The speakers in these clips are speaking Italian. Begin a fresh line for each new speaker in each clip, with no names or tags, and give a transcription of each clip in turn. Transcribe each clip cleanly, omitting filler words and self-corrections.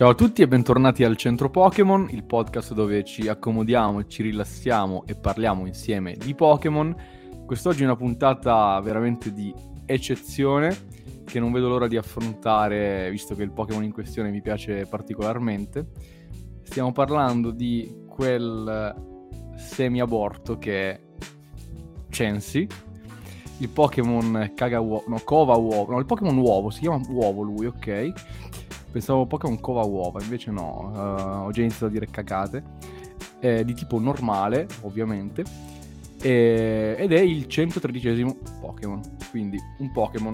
Ciao a tutti e bentornati al Centro Pokémon, il podcast dove ci accomodiamo, ci rilassiamo e parliamo insieme di Pokémon. Quest'oggi è una puntata veramente di eccezione che non vedo l'ora di affrontare, visto che il Pokémon in questione mi piace particolarmente. Stiamo parlando di quel semi-aborto che è Chansey, il Pokémon Cova Uovo, no, il Pokémon Uovo, si chiama Uovo lui, ok? Pensavo Pokémon Cova Uova, invece no, ho già iniziato a dire cagate. È di tipo normale, ovviamente, ed è il 113esimo Pokémon, quindi un Pokémon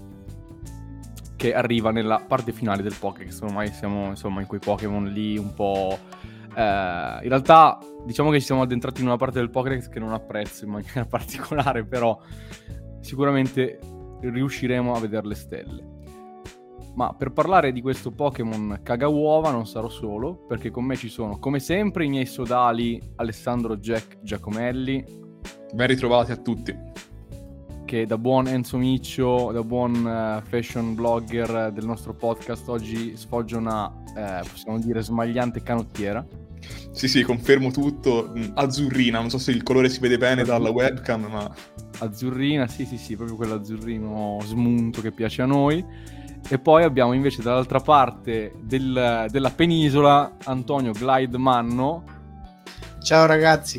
che arriva nella parte finale del Pokédex. Ormai siamo insomma in quei Pokémon lì un po'... in realtà diciamo che ci siamo addentrati in una parte del Pokédex che non apprezzo in maniera particolare, però sicuramente riusciremo a vedere le stelle. Ma per parlare di questo Pokémon Cagauova non sarò solo, perché con me ci sono, come sempre, i miei sodali Alessandro Jack Giacomelli.
Ben ritrovati a tutti.
Che da buon Enzo Miccio, da buon fashion blogger del nostro podcast, oggi sfoggia una, possiamo dire, smagliante canottiera.
Sì, confermo tutto. Azzurrina, non so se il colore si vede bene dalla webcam, ma...
Azzurrina, sì, proprio quell'azzurrino smunto che piace a noi. E poi abbiamo invece dall'altra parte della penisola Antonio Glide Manno.
Ciao ragazzi.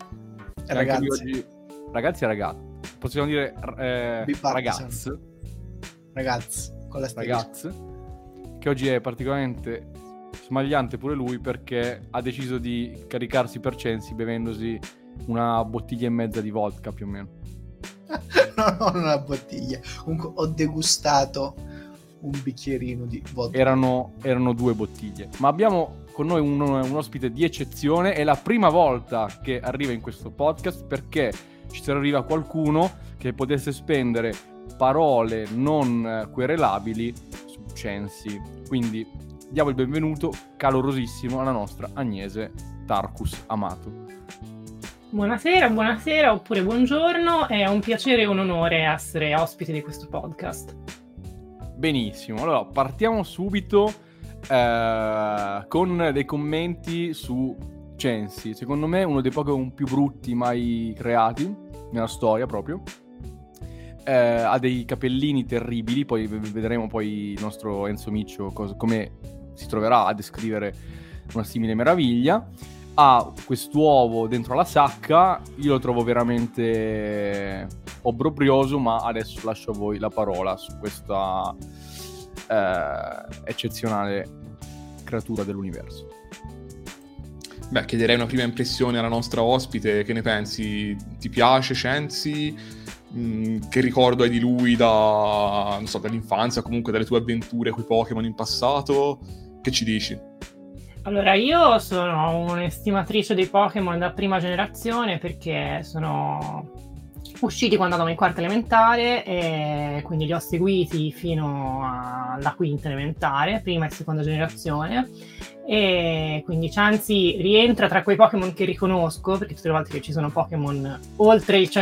Ragazzi e ragazzi. Possiamo dire ragazzi
con la
ragazzi, che oggi è particolarmente smagliante pure lui perché ha deciso di caricarsi per Chansey bevendosi una bottiglia e mezza di vodka più o meno.
No, non una bottiglia. Comunque ho degustato un bicchierino di vodka.
Erano 2 bottiglie. Ma abbiamo con noi un ospite di eccezione. È la prima volta che arriva in questo podcast perché ci arriva qualcuno che potesse spendere parole non querelabili su Chansey. Quindi diamo il benvenuto calorosissimo alla nostra Agnese Tarkus Amato.
Buonasera oppure buongiorno, è un piacere e un onore essere ospite di questo podcast.
Benissimo, allora partiamo subito con dei commenti su Chansey. Secondo me uno dei Pokémon più brutti mai creati nella storia proprio. Ha dei capellini terribili, poi vedremo poi il nostro Enzo Miccio come si troverà a descrivere una simile meraviglia. Ha quest'uovo dentro la sacca, io lo trovo veramente obbrobrioso, ma adesso lascio a voi la parola su questa eccezionale creatura dell'universo.
Beh, chiederei una prima impressione alla nostra ospite. Che ne pensi? Ti piace Chansey? Che ricordo hai di lui dall'infanzia, comunque dalle tue avventure con i Pokémon in passato? Che ci dici?
Allora, io sono un'estimatrice dei Pokémon da prima generazione perché sono usciti quando andavo in quarta elementare e quindi li ho seguiti fino alla quinta elementare, prima e seconda generazione, e quindi Chansey rientra tra quei Pokémon che riconosco, perché tutte le volte che ci sono Pokémon oltre il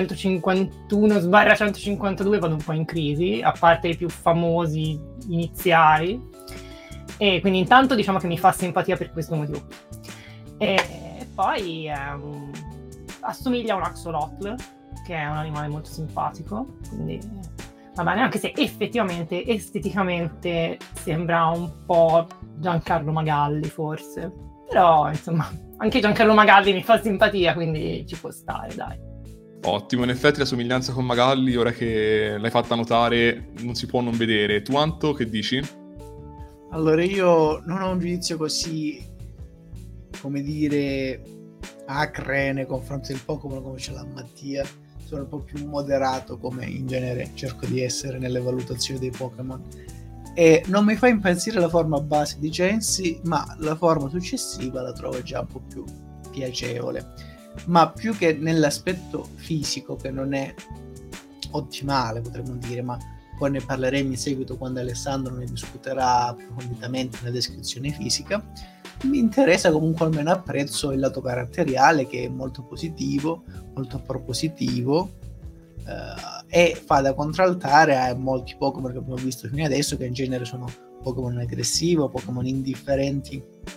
151/152 vado un po' in crisi, a parte i più famosi iniziali. E quindi intanto diciamo che mi fa simpatia per questo motivo. E poi assomiglia a un Axolotl, che è un animale molto simpatico, quindi va bene, anche se effettivamente esteticamente sembra un po' Giancarlo Magalli forse, però insomma anche Giancarlo Magalli mi fa simpatia, quindi ci può stare, dai.
Ottimo, in effetti la somiglianza con Magalli, ora che l'hai fatta notare, non si può non vedere. Tu Anto, che dici?
Allora, io non ho un giudizio così, come dire, acre nei confronti del Pokémon come ce l'ha Mattia. Sono un po' più moderato, come in genere cerco di essere nelle valutazioni dei Pokémon. E non mi fa impazzire la forma base di Chansey, ma la forma successiva la trovo già un po' più piacevole. Ma più che nell'aspetto fisico, che non è ottimale, potremmo dire, ma poi ne parleremo in seguito quando Alessandro ne discuterà approfonditamente nella descrizione fisica. Mi interessa comunque, almeno apprezzo il lato caratteriale, che è molto positivo, molto propositivo, e fa da contraltare a molti Pokémon che abbiamo visto fino adesso, che in genere sono Pokémon aggressivi o Pokémon indifferenti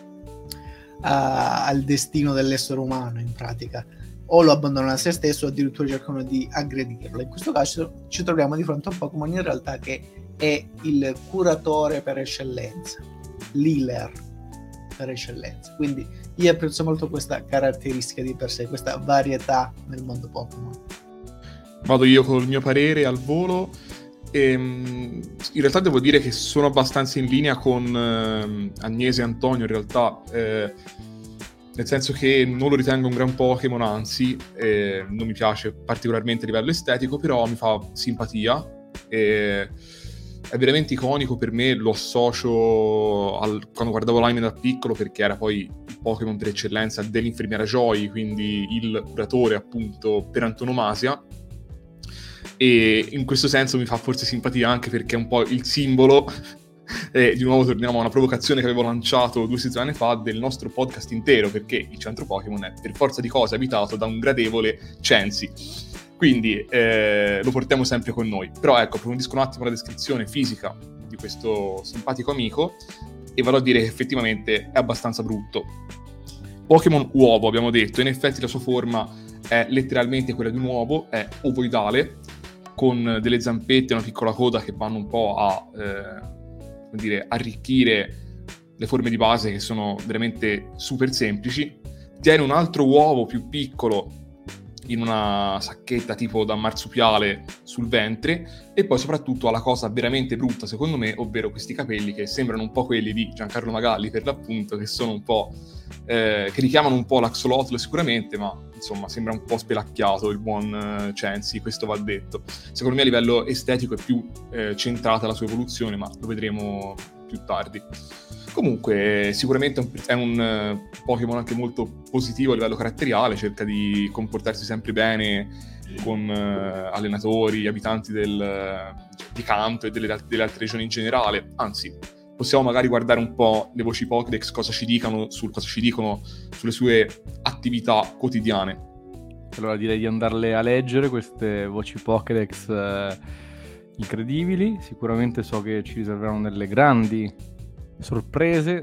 al destino dell'essere umano, in pratica, o lo abbandonano a se stesso o addirittura cercano di aggredirlo. In questo caso ci troviamo di fronte a un Pokémon in realtà che è il curatore per eccellenza, l'healer per eccellenza, quindi io apprezzo molto questa caratteristica di per sé, questa varietà nel mondo Pokémon.
Vado io col mio parere al volo. In realtà devo dire che sono abbastanza in linea con Agnese e Antonio, in realtà, nel senso che non lo ritengo un gran Pokémon, anzi non mi piace particolarmente a livello estetico, però mi fa simpatia, è veramente iconico per me, lo associo quando guardavo l'anime da piccolo, perché era poi il Pokémon per eccellenza dell'infermiera Joy, quindi il curatore appunto per antonomasia. E in questo senso mi fa forse simpatia anche perché è un po' il simbolo, di nuovo torniamo a una provocazione che avevo lanciato 2 settimane fa del nostro podcast intero, perché il centro Pokémon è per forza di cose abitato da un gradevole Chansey, quindi lo portiamo sempre con noi. Però ecco, approfondisco un attimo la descrizione fisica di questo simpatico amico e vado a dire che effettivamente è abbastanza brutto. Pokémon uovo, abbiamo detto, in effetti la sua forma è letteralmente quella di un uovo, è ovoidale, con delle zampette e una piccola coda che vanno un po' a arricchire le forme di base, che sono veramente super semplici. Tiene un altro uovo più piccolo in una sacchetta tipo da marsupiale sul ventre, e poi soprattutto ha la cosa veramente brutta secondo me, ovvero questi capelli che sembrano un po' quelli di Giancarlo Magalli, per l'appunto, che sono un po' che richiamano un po' l'Axolotl sicuramente, ma insomma sembra un po' spelacchiato il buon Chansey, questo va detto. Secondo me a livello estetico è più centrata la sua evoluzione, ma lo vedremo più tardi. Comunque sicuramente è un Pokémon anche molto positivo a livello caratteriale, cerca di comportarsi sempre bene con allenatori, abitanti di Kanto e delle altre regioni in generale. Anzi, possiamo magari guardare un po' le voci Pokédex, cosa ci dicono sulle sue attività quotidiane.
Allora direi di andarle a leggere queste voci Pokédex incredibili. Sicuramente so che ci riserveranno delle grandi sorprese,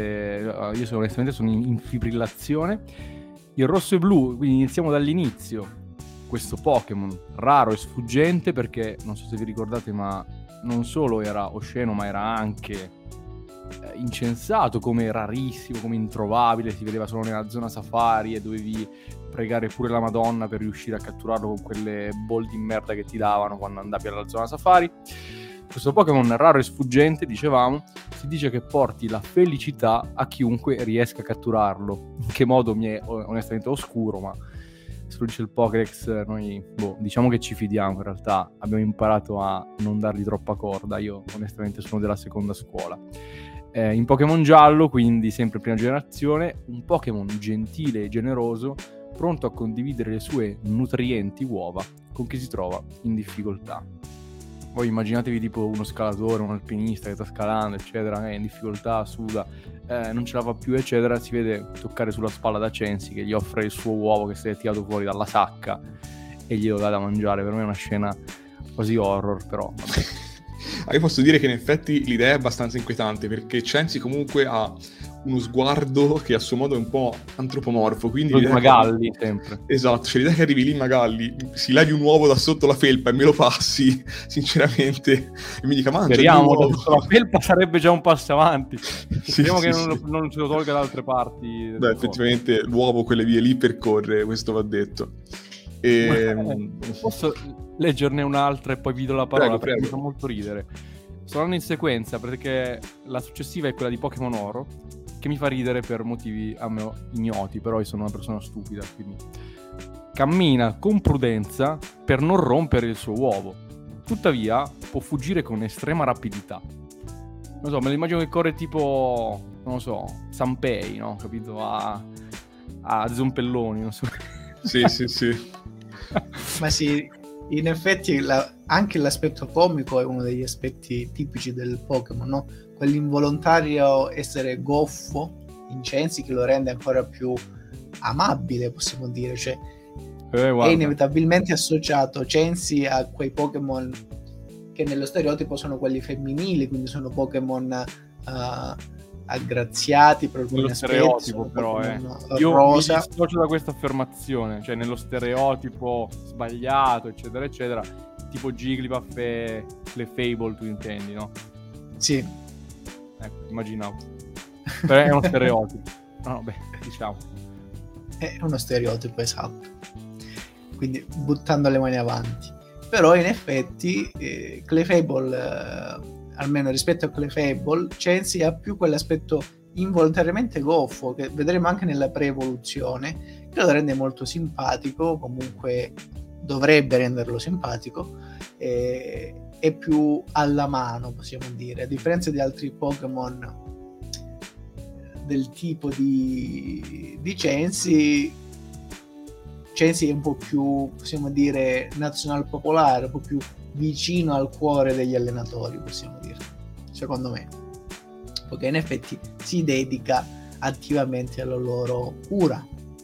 io onestamente sono in fibrillazione. Il rosso e blu, quindi iniziamo dall'inizio. Questo Pokémon raro e sfuggente, perché non so se vi ricordate, ma non solo era osceno, ma era anche incensato come rarissimo, come introvabile. Si vedeva solo nella zona safari e dovevi pregare pure la Madonna per riuscire a catturarlo con quelle ball di merda che ti davano quando andavi alla zona safari. Questo Pokémon raro e sfuggente, dicevamo, si dice che porti la felicità a chiunque riesca a catturarlo. In che modo mi è onestamente oscuro, ma se lo dice il Pokédex noi diciamo che ci fidiamo. In realtà abbiamo imparato a non dargli troppa corda. Io onestamente sono della seconda scuola. In Pokémon giallo, quindi sempre prima generazione, un Pokémon gentile e generoso, pronto a condividere le sue nutrienti uova con chi si trova in difficoltà. Poi immaginatevi tipo uno scalatore, un alpinista che sta scalando, eccetera, è in difficoltà, suda, non ce la fa più, eccetera. Si vede toccare sulla spalla da Chansey che gli offre il suo uovo che si è tirato fuori dalla sacca e glielo dà da mangiare. Per me è una scena quasi horror, però vabbè.
Io posso dire che in effetti l'idea è abbastanza inquietante, perché Chansey comunque ha uno sguardo che a suo modo è un po' antropomorfo, quindi
Magalli sempre.
Esatto, cioè l'idea che arrivi lì Magalli, si levi un uovo da sotto la felpa e me lo passi, sinceramente, e mi dica mangia
speriamo, la felpa sarebbe già un passo avanti. Speriamo che
sì.
non se lo tolga da altre parti.
Beh, effettivamente l'uovo quelle vie lì percorre, questo va detto.
Posso leggerne un'altra e poi vi do la parola?
Prego.
Mi fa molto ridere. Sto andando in sequenza perché la successiva è quella di Pokémon Oro, che mi fa ridere per motivi a me ignoti, però io sono una persona stupida, quindi cammina con prudenza per non rompere il suo uovo. Tuttavia può fuggire con estrema rapidità. Non so, me lo immagino che corre tipo, non lo so, Sanpei, no? Capito? A Zompelloni, non so.
Sì.
Ma sì, in effetti anche l'aspetto comico è uno degli aspetti tipici del Pokémon, no? Quell'involontario essere goffo in Chansey che lo rende ancora più amabile, possiamo dire. Cioè, è inevitabilmente associato Chansey a quei Pokémon che nello stereotipo sono quelli femminili, quindi sono Pokémon aggraziati per alcuni aspetti,
stereotipo, però io
rosa.
mi dissocio da questa affermazione, cioè nello stereotipo sbagliato eccetera eccetera, tipo Jigglypuff e Clefable tu intendi, no?
Sì,
ecco, immaginavo, però è uno stereotipo. No, beh, diciamo
è uno stereotipo, esatto, quindi buttando le mani avanti. Però in effetti Clefable, almeno rispetto a Clefable, Chansey ha più quell'aspetto involontariamente goffo che vedremo anche nella pre-evoluzione, che lo rende molto simpatico, comunque dovrebbe renderlo simpatico, è più alla mano, possiamo dire, a differenza di altri Pokémon del tipo di Chansey è un po' più, possiamo dire, nazional popolare, un po' più vicino al cuore degli allenatori, possiamo dire, secondo me, perché in effetti si dedica attivamente alla loro cura.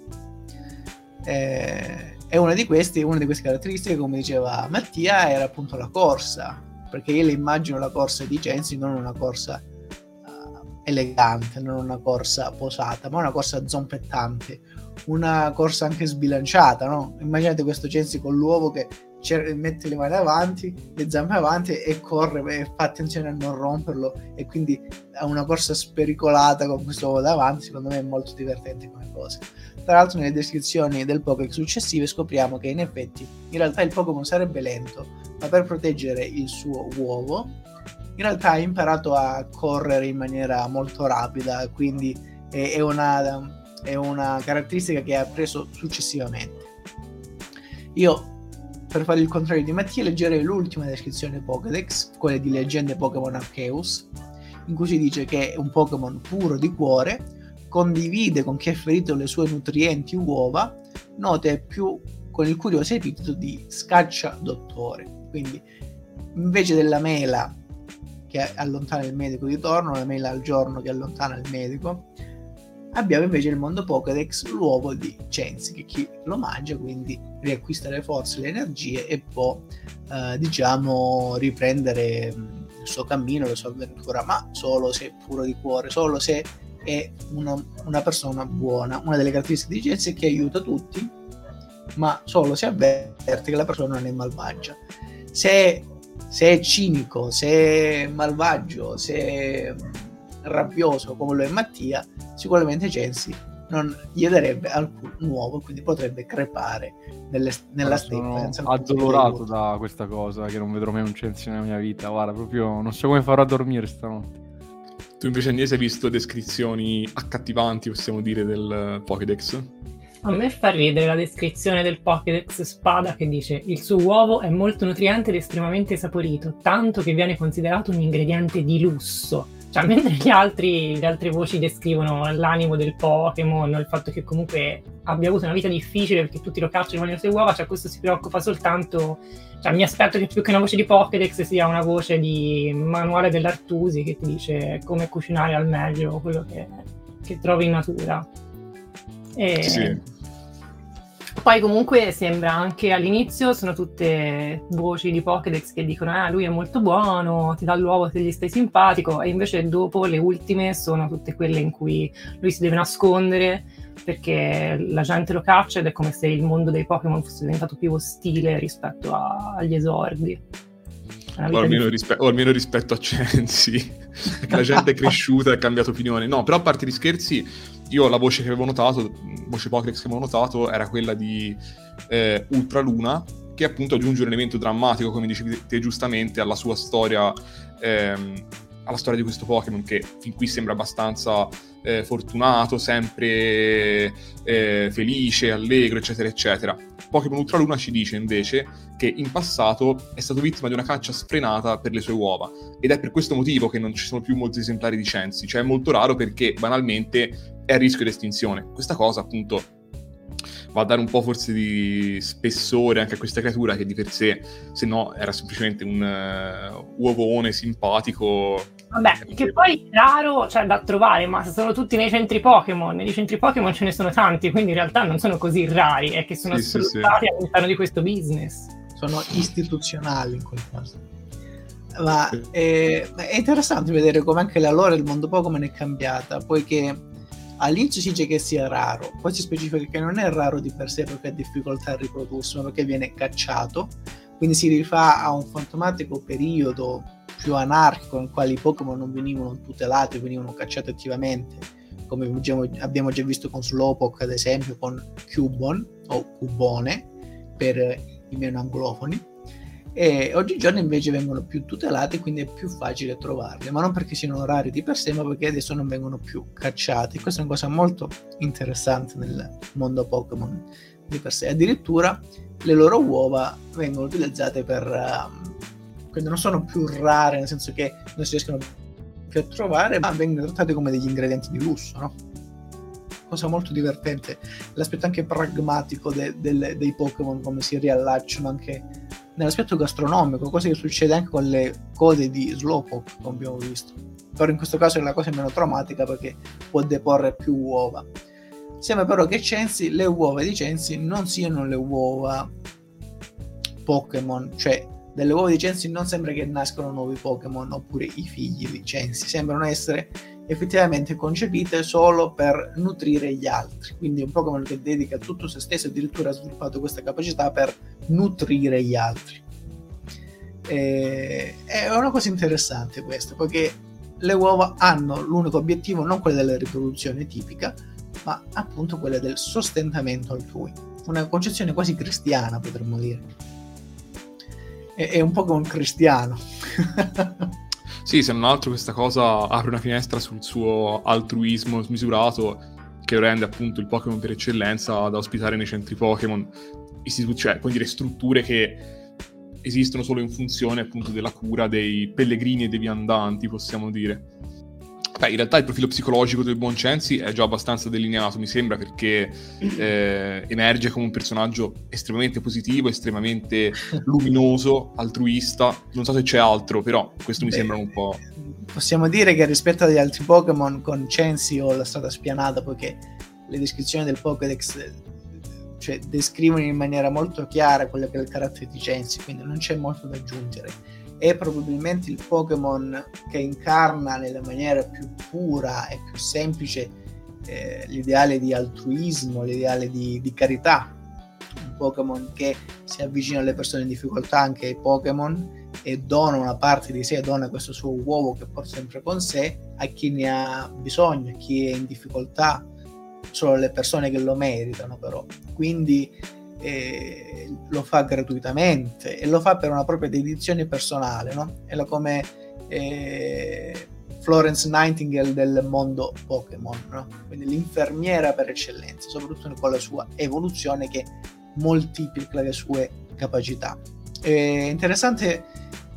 E una di queste caratteristiche, come diceva Mattia, era appunto la corsa, perché io le immagino la corsa di Chansey non una corsa elegante, non una corsa posata, ma una corsa zompettante, una corsa anche sbilanciata, no? Immaginate questo Chansey con l'uovo che mette le mani avanti, le zampe avanti e corre e fa attenzione a non romperlo, e quindi ha una corsa spericolata con questo uovo davanti. Secondo me è molto divertente come cosa. Tra l'altro nelle descrizioni del Pokédex successive scopriamo che in effetti in realtà il Pokémon sarebbe lento, ma per proteggere il suo uovo in realtà ha imparato a correre in maniera molto rapida, quindi è una caratteristica che ha preso successivamente. Io, per fare il contrario di Mattia, leggerei l'ultima descrizione Pokédex, quella di Leggende Pokémon Arceus, in cui si dice che è un Pokémon puro di cuore, condivide con chi ha ferito le sue nutrienti uova, note più con il curioso epiteto di scaccia-dottore. Quindi invece della mela che allontana il medico di torno, la mela al giorno che allontana il medico, abbiamo invece il mondo Pokédex l'uovo di Chansey, che chi lo mangia quindi riacquista le forze, le energie e può diciamo riprendere il suo cammino, la sua avventura, ma solo se è puro di cuore, solo se è una persona buona. Una delle caratteristiche di Chansey è che aiuta tutti, ma solo se avverte che la persona non è malvagia. Se è cinico, se è malvagio, se è rabbioso come lo è Mattia, sicuramente Chansey non gli darebbe alcun uovo, quindi potrebbe crepare nella steppa.
Sono addolorato da questa cosa, che non vedrò mai un Chansey nella mia vita. Guarda, proprio non so come farò a dormire stanotte.
Tu invece, Agnese, hai visto descrizioni accattivanti, possiamo dire, del Pokédex?
A me fa ridere la descrizione del Pokédex Spada, che dice: il suo uovo è molto nutriente ed estremamente saporito, tanto che viene considerato un ingrediente di lusso. Cioè, mentre le altre voci descrivono l'animo del Pokémon, il fatto che comunque abbia avuto una vita difficile perché tutti lo cacciano con le sue uova, cioè questo si preoccupa soltanto. Cioè, mi aspetto che più che una voce di Pokédex sia una voce di manuale dell'Artusi che ti dice come cucinare al meglio quello che trovi in natura.
Sì.
Poi comunque sembra anche all'inizio sono tutte voci di Pokédex che dicono lui è molto buono, ti dà l'uovo se gli stai simpatico, e invece dopo le ultime sono tutte quelle in cui lui si deve nascondere perché la gente lo caccia, ed è come se il mondo dei Pokémon fosse diventato più ostile rispetto agli esordi.
O almeno rispetto a Chansey, che la gente è cresciuta e ha cambiato opinione. No, però a parte gli scherzi, io la voce che avevo notato, voce Pokédex che avevo notato, era quella di Ultraluna, che appunto aggiunge un elemento drammatico, come dicevi te giustamente, alla sua storia, alla storia di questo Pokémon, che fin qui sembra abbastanza fortunato, sempre felice, allegro, eccetera, eccetera. Pokémon Ultraluna ci dice invece che in passato è stato vittima di una caccia sfrenata per le sue uova, ed è per questo motivo che non ci sono più molti esemplari di Chansey, cioè è molto raro perché banalmente è a rischio di estinzione. Questa cosa appunto va a dare un po' forse di spessore anche a questa creatura che di per sé, se no, era semplicemente un uovone simpatico.
Vabbè, che poi è raro, cioè, da trovare, ma sono tutti nei centri Pokémon. Nei centri Pokémon ce ne sono tanti, quindi in realtà non sono così rari, è che sono sfruttati all'interno di questo business.
Sono istituzionali in quel caso. Ma è interessante vedere come anche la lore del mondo Pokémon è cambiata, poiché all'inizio si dice che sia raro, poi si specifica che non è raro di per sé perché ha difficoltà a riprodursi, ma perché viene cacciato, quindi si rifà a un fantomatico periodo più anarchico nel quale i Pokémon non venivano tutelati, venivano cacciati attivamente, come abbiamo già visto con Slowpoke, ad esempio, con Cubone o Cubone per i meno anglofoni. E oggigiorno invece vengono più tutelati, quindi è più facile trovarli, ma non perché siano rari di per sé, ma perché adesso non vengono più cacciati. Questa è una cosa molto interessante nel mondo Pokémon di per sé. Addirittura le loro uova vengono utilizzate per quindi non sono più rare, nel senso che non si riescono più a trovare, ma vengono trattate come degli ingredienti di lusso, no? Cosa molto divertente, l'aspetto anche pragmatico dei Pokémon, come si riallacciano anche nell'aspetto gastronomico, cosa che succede anche con le code di Slowpoke, come abbiamo visto. Però in questo caso è la cosa meno traumatica perché può deporre più uova. Sembra però che Chansey, le uova di Chansey non siano le uova Pokémon, cioè dalle uova di Chansey non sembra che nascono nuovi Pokémon oppure i figli di Chansey, sembrano essere effettivamente concepite solo per nutrire gli altri, quindi un Pokémon che dedica tutto se stesso, addirittura ha sviluppato questa capacità per nutrire gli altri. È una cosa interessante questa, perché le uova hanno l'unico obiettivo non quello della riproduzione tipica, ma appunto quella del sostentamento altrui, una concezione quasi cristiana, potremmo dire. È un Pokémon cristiano.
Sì, se non altro questa cosa apre una finestra sul suo altruismo smisurato, che lo rende appunto il Pokémon per eccellenza da ospitare nei centri Pokémon, cioè, come dire, strutture che esistono solo in funzione appunto della cura dei pellegrini e dei viandanti, possiamo dire. Beh, in realtà il profilo psicologico del buon Chansey è già abbastanza delineato, mi sembra, perché emerge come un personaggio estremamente positivo, estremamente luminoso, altruista. Non so se c'è altro, però questo mi sembra un po'...
Possiamo dire che rispetto agli altri Pokémon con Chansey ho la strada spianata, poiché le descrizioni del Pokédex cioè, descrivono in maniera molto chiara quello che è il carattere di Chansey, quindi non c'è molto da aggiungere. È probabilmente il Pokémon che incarna nella maniera più pura e più semplice l'ideale di altruismo, l'ideale di carità, un Pokémon che si avvicina alle persone in difficoltà, anche ai Pokémon, e dona una parte di sé, dona questo suo uovo che porta sempre con sé a chi ne ha bisogno, a chi è in difficoltà, solo le persone che lo meritano però. Quindi lo fa gratuitamente e lo fa per una propria dedizione personale, no? È come Florence Nightingale del mondo Pokémon, no? Quindi l'infermiera per eccellenza, soprattutto con la sua evoluzione che moltiplica le sue capacità. È interessante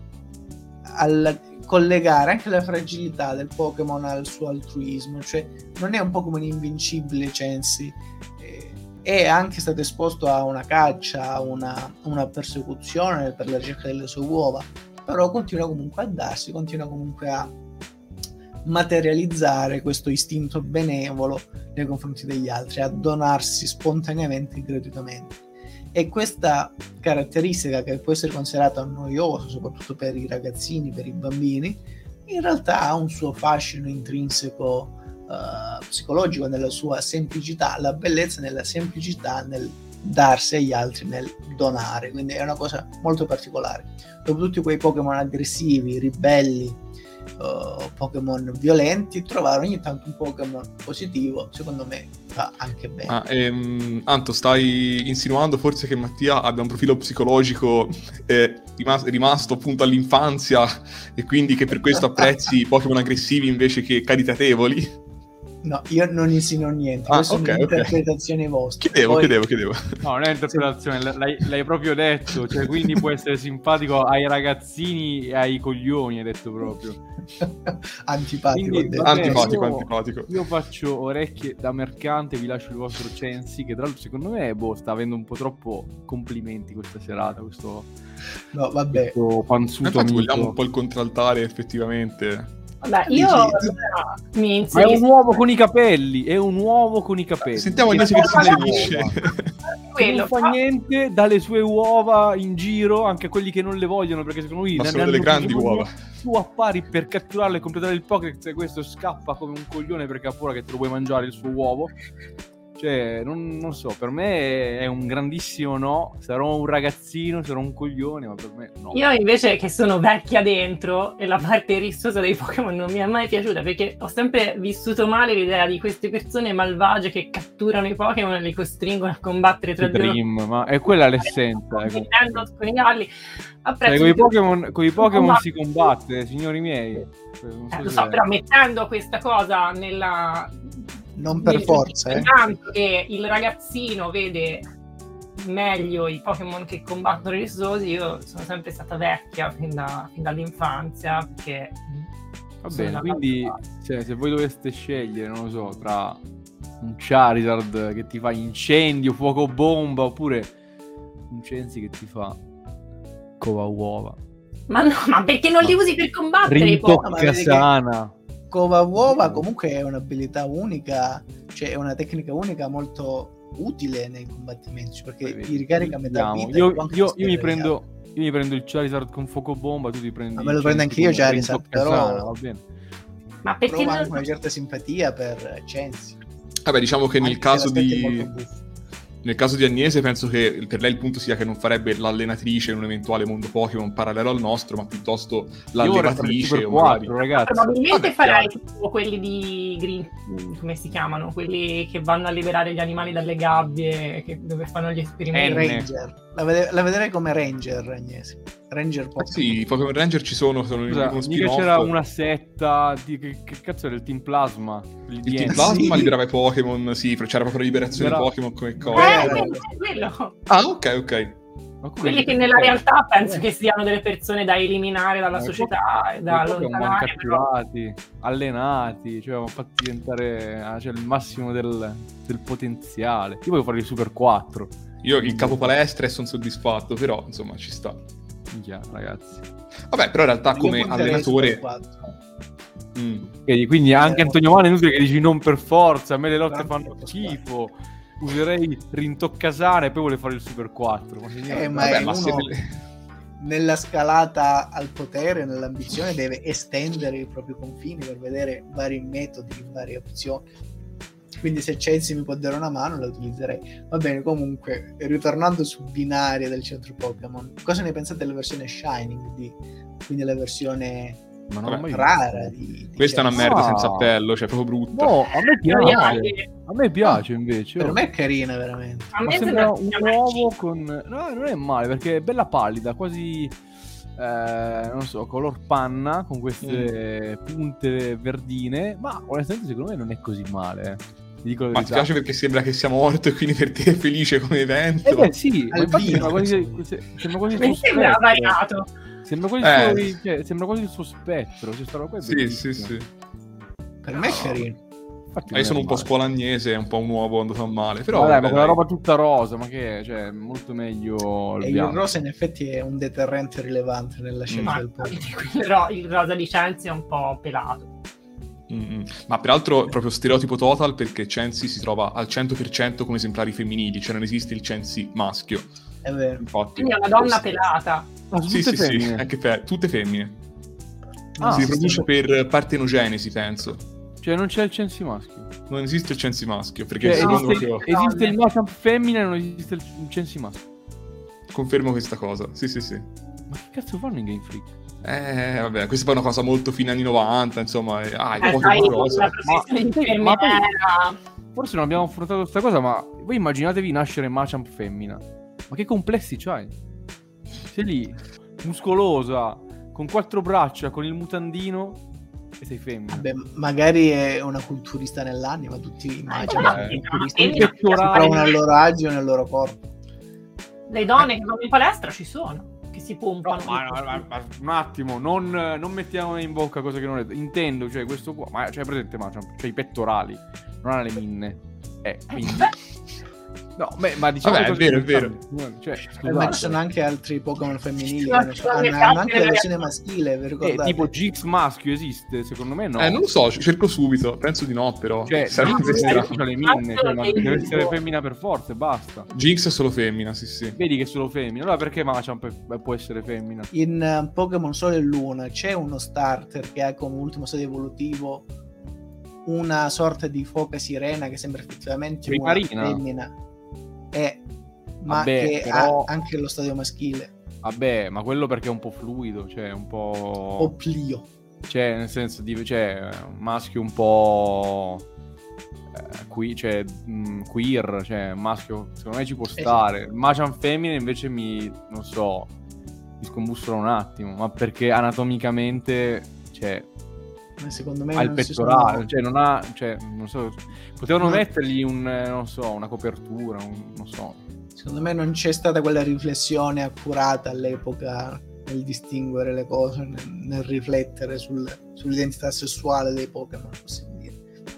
collegare anche la fragilità del Pokémon al suo altruismo, cioè non è un Pokémon invincibile Chansey, è anche stato esposto a una caccia, a una persecuzione per la ricerca delle sue uova, però continua comunque a darsi, continua comunque a materializzare questo istinto benevolo nei confronti degli altri, a donarsi spontaneamente e gratuitamente. E questa caratteristica, che può essere considerata noiosa soprattutto per i ragazzini, per i bambini, in realtà ha un suo fascino intrinseco psicologico nella sua semplicità, la bellezza nella semplicità nel darsi agli altri, nel donare, quindi è una cosa molto particolare. Dopo tutti quei Pokémon aggressivi, ribelli, Pokémon violenti, trovare ogni tanto un Pokémon positivo secondo me va anche bene.
Anto, stai insinuando forse che Mattia abbia un profilo psicologico rimasto appunto all'infanzia e quindi che per questo apprezzi Pokémon aggressivi invece che caritatevoli?
No, io non insinio niente, queste sono interpretazioni vostre.
Chiedevo.
No, non è interpretazione, l'hai proprio detto, cioè quindi può essere simpatico ai ragazzini e ai coglioni, hai detto proprio.
Antipatico.
Quindi,
antipatico.
Io faccio orecchie da mercante, vi lascio il vostro Censi, che tra l'altro secondo me sta avendo un po' troppo complimenti questa serata, questo panzuto amico.
Vogliamo un po' il contraltare effettivamente.
Vabbè, io mi
Ma è un uovo con i capelli,
Sentiamo Agnese che si inserisce.
Non fa niente, dà le sue uova in giro anche a quelli che non le vogliono, perché secondo lui
ma sono delle grandi uova.
Tu appari per catturarle e completare il Pokédex e questo scappa come un coglione perché ha paura che te lo vuoi mangiare il suo uovo. Cioè, non so, per me è un grandissimo no. Sarò un ragazzino, sarò un coglione, ma per me no.
Io invece, che sono vecchia dentro, e la parte rissosa dei Pokémon non mi è mai piaciuta, perché ho sempre vissuto male l'idea di queste persone malvagie che catturano i Pokémon e li costringono a combattere tra di loro.
Ma è quella l'essenza.
Mettendo a sconiarli.
Con i Pokémon si combatte, signori miei.
Lo so, però mettendo questa cosa nella...
Non per forza,
Tanto che il ragazzino vede meglio i Pokémon che combattono i rissosi. Io sono sempre stata vecchia fin dall'infanzia, perché
va bene, quindi se voi doveste scegliere, non lo so, tra un Charizard che ti fa incendio, fuoco bomba, oppure un Censi che ti fa cova uova.
Ma no, ma perché non li usi per combattere i
Pokémon? Sana.
Cova uova comunque è un'abilità unica, cioè è una tecnica unica molto utile nei combattimenti, perché ti ricarica metà vita.
Io mi prendo il Charizard con fuoco bomba, tu ti prendi...
Ma me lo prendo anch'io Charizard, però...
va bene.
Ma perché
provo anche una certa simpatia per Censi.
Vabbè, diciamo che nel caso di Agnese penso che per lei il punto sia che non farebbe l'allenatrice in un eventuale mondo Pokémon parallelo al nostro, ma piuttosto l'allenatrice o magari...
Probabilmente farai tipo quelli di Green, come si chiamano? Quelli che vanno a liberare gli animali dalle gabbie, dove fanno gli esperimenti.
Ranger. La vedrei come Ranger, Agnese. Ranger Pokémon.
Sì, i Pokémon Ranger ci sono uno
mica c'era una setta che cazzo era il Team Plasma?
Il Team Plasma liberava i Pokémon, sì, c'era proprio la liberazione dei Pokémon come cosa.
Quello.
Ah, ok.
Quelli che nella realtà penso che siano delle persone da eliminare dalla società e da allontanare,
catturati, allenati, cioè fatti diventare il massimo del potenziale. Io voglio fare il Super 4.
Io il capo palestra e sono soddisfatto, però insomma ci sta.
Minchia, ragazzi.
Vabbè, però in realtà come allenatore...
Quindi anche Antonio Mane è inutile che dici non per forza, a me le lotte fanno schifo. Userei Rintoccasane e poi vuole fare il Super 4.
Nella scalata al potere, nell'ambizione, deve estendere i propri confini per vedere vari metodi, varie opzioni. Quindi se Censi mi può dare una mano la utilizzerei. Va bene, comunque, ritornando su binaria del centro Pokémon, cosa ne pensate della versione Shining? Quindi la versione rara di
questa è una merda senza appello, cioè proprio brutta.
No, a me piace invece.
Per me è carina veramente.
Ma sembra un uovo con... No, non è male perché è bella pallida, quasi non so, color panna con queste punte verdine, ma onestamente secondo me non è così male.
Ma ti piace perché sembra che sia morto e quindi per te è felice come evento?
Beh sì, sembra quasi
sembra variato.
Sembra quasi il suo spettro.
Sì.
Per me è carino.
Io sono un po' scolagnese, un po' un uovo andato a male. Però
ma quella roba tutta rosa, ma che è? Cioè, molto meglio il bianco.
Il rosa in effetti è un deterrente rilevante nella scelta del
Pokémon. Il rosa di Censi è un po' pelato.
Ma peraltro proprio stereotipo total, perché Censi si trova al 100% come esemplari femminili, cioè non esiste il Censi maschio.
È vero.
Infatti,
quindi è una donna pelata.
Sì, anche tutte femmine. Si riproduce per partenogenesi, penso.
Cioè non c'è il Censi maschio.
Non esiste il Censi maschio, perché
esiste il Machamp femmina e non esiste il Censi maschio.
Confermo questa cosa, sì.
Ma che cazzo fanno in Game Freak?
Vabbè, questa è poi una cosa molto fine anni 90, insomma.
Forse non abbiamo affrontato questa cosa, ma voi immaginatevi nascere Machamp femmina. Ma che complessi c'hai? Sei lì, muscolosa, con 4 braccia, con il mutandino, e sei femmina.
Vabbè, magari è una culturista nell'anima, tutti immaginano
vabbè,
i
femmina,
culturisti che trovano il loro agio nel loro corpo.
Le donne che vanno in palestra ci sono, che si pompano.
Ma un attimo, non mettiamo in bocca cose che non è. Intendo, cioè, questo qua, ma cioè, presente, ma cioè, i pettorali, non ha le minne. Quindi... No, ma diciamo
vabbè, è vero.
Cioè,
Ma ci sono anche altri Pokémon femminili
Sì,
che hanno anche la versione maschile, vi ricordate?
tipo Jix maschio esiste? Secondo me no.
Non lo so, cerco subito. Penso di no, però.
Cioè, c'ha le minne, cioè, ma deve essere femmina per forza e basta.
Jinx è solo femmina, sì.
Vedi che è solo femmina. Allora perché Machamp può essere femmina?
In Pokémon Sole e Luna c'è uno starter che ha come ultimo stadio evolutivo una sorta di foca sirena che sembra effettivamente una femmina. Ma
vabbè,
che
però...
ha anche lo stadio maschile.
Vabbè, ma quello perché è un po' fluido, cioè un po'...
O plio.
Cioè, nel senso di... cioè, un maschio un po'... queer, cioè, maschio, secondo me ci può stare. Il Machamp femmine invece non so, mi scombussola un attimo, ma perché anatomicamente, cioè...
Ma secondo me
ha il pettorale, cioè non ha, cioè non so, potevano mettergli non so, una copertura, non so.
Secondo me non c'è stata quella riflessione accurata all'epoca nel distinguere le cose, nel riflettere sull'identità sessuale dei Pokémon, possiamo dire.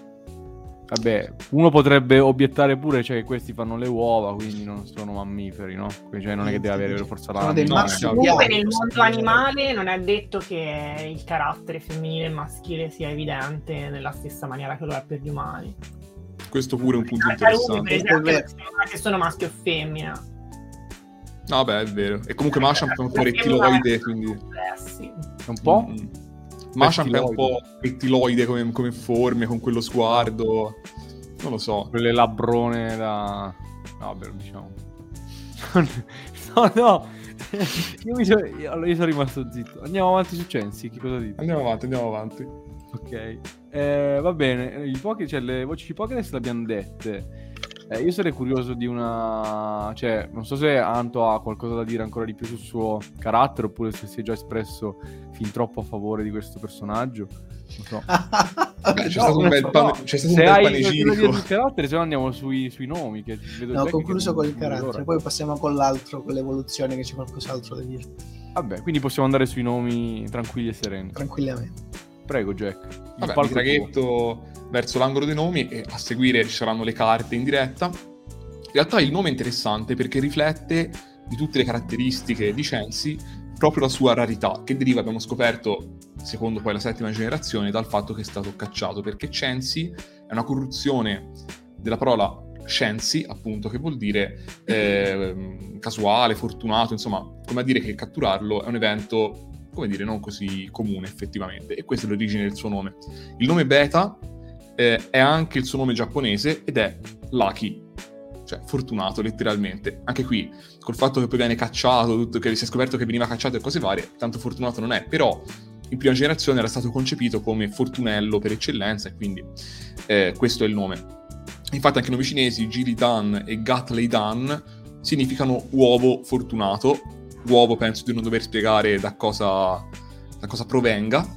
Vabbè, uno potrebbe obiettare pure, cioè, che questi fanno le uova, quindi non sono mammiferi, no? Cioè non è che deve avere per forza la
comunque nel mondo animale non è detto che il carattere femminile e maschile sia evidente nella stessa maniera che lo è per gli umani.
Questo pure è un punto
interessante. Per
interessante.
esempio, se sono maschio o femmina.
No, beh, è vero. E comunque Machamp è un po' rettiloide, quindi...
Sì.
Un po'?
Machamp è un po' rettiloide come forme, con quello sguardo. Non lo so.
Quelle labbrone da... No, beh, diciamo. No. Io sono rimasto zitto. Andiamo avanti su Chansey, che cosa dite?
Andiamo avanti.
Ok. Va bene, le voci di Pokédex le abbiamo dette. Io sarei curioso di una... Cioè, non so se Anto ha qualcosa da dire ancora di più sul suo carattere, oppure se si è già espresso fin troppo a favore di questo personaggio. Non so.
Beh, c'è stato un bel panegirico.
Sul carattere, se no andiamo sui nomi. Che vedo
no, ho concluso con il carattere, poi passiamo con l'altro, con l'evoluzione, che c'è qualcos'altro da dire.
Vabbè, quindi possiamo andare sui nomi tranquilli e sereni.
Tranquillamente.
Prego, Jack.
Vabbè, mi traghetto verso l'angolo dei nomi e a seguire ci saranno le carte in diretta. In realtà il nome è interessante perché riflette di tutte le caratteristiche di Chansey proprio la sua rarità, che deriva, abbiamo scoperto, secondo poi la 7ª generazione, dal fatto che è stato cacciato, perché Chansey è una corruzione della parola Chansey, appunto, che vuol dire casuale, fortunato, insomma, come a dire che catturarlo è un evento, come dire, non così comune effettivamente, e questa è l'origine del suo nome. Il nome Beta è anche il suo nome giapponese ed è Lucky, cioè fortunato letteralmente. Anche qui, col fatto che poi viene cacciato, tutto, che si è scoperto che veniva cacciato e cose varie, tanto fortunato non è, però in prima generazione era stato concepito come fortunello per eccellenza e quindi questo è il nome. Infatti anche i nomi cinesi, Jilidan e Gatleidan, significano uovo fortunato. Uovo penso di non dover spiegare da cosa provenga.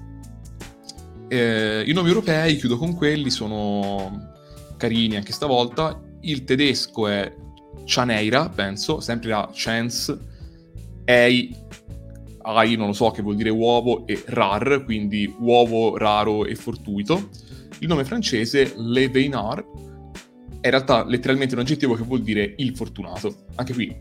I nomi europei, chiudo con quelli, sono carini anche stavolta. Il tedesco è Chaneira, penso, sempre la Chance, Ei, non lo so, che vuol dire uovo, e rar, quindi uovo raro e fortuito. Il nome francese, Le Veinard, è in realtà letteralmente un aggettivo che vuol dire il fortunato. Anche qui,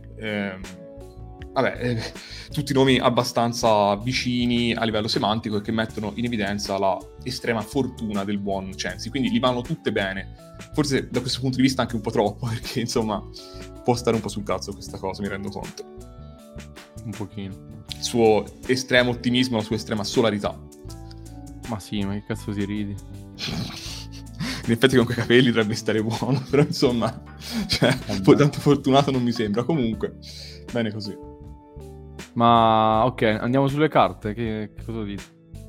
tutti nomi abbastanza vicini a livello semantico e che mettono in evidenza la estrema fortuna del buon Chansey, quindi li vanno tutte bene. Forse da questo punto di vista anche un po' troppo, perché insomma può stare un po' sul cazzo questa cosa, mi rendo conto.
Un pochino.
Il suo estremo ottimismo, la sua estrema solarità.
Ma sì, ma che cazzo si ridi?
In effetti con quei capelli dovrebbe stare buono, però insomma, cioè, poi tanto fortunato non mi sembra. Comunque, bene così.
Ma ok, andiamo sulle carte, che cosa dite?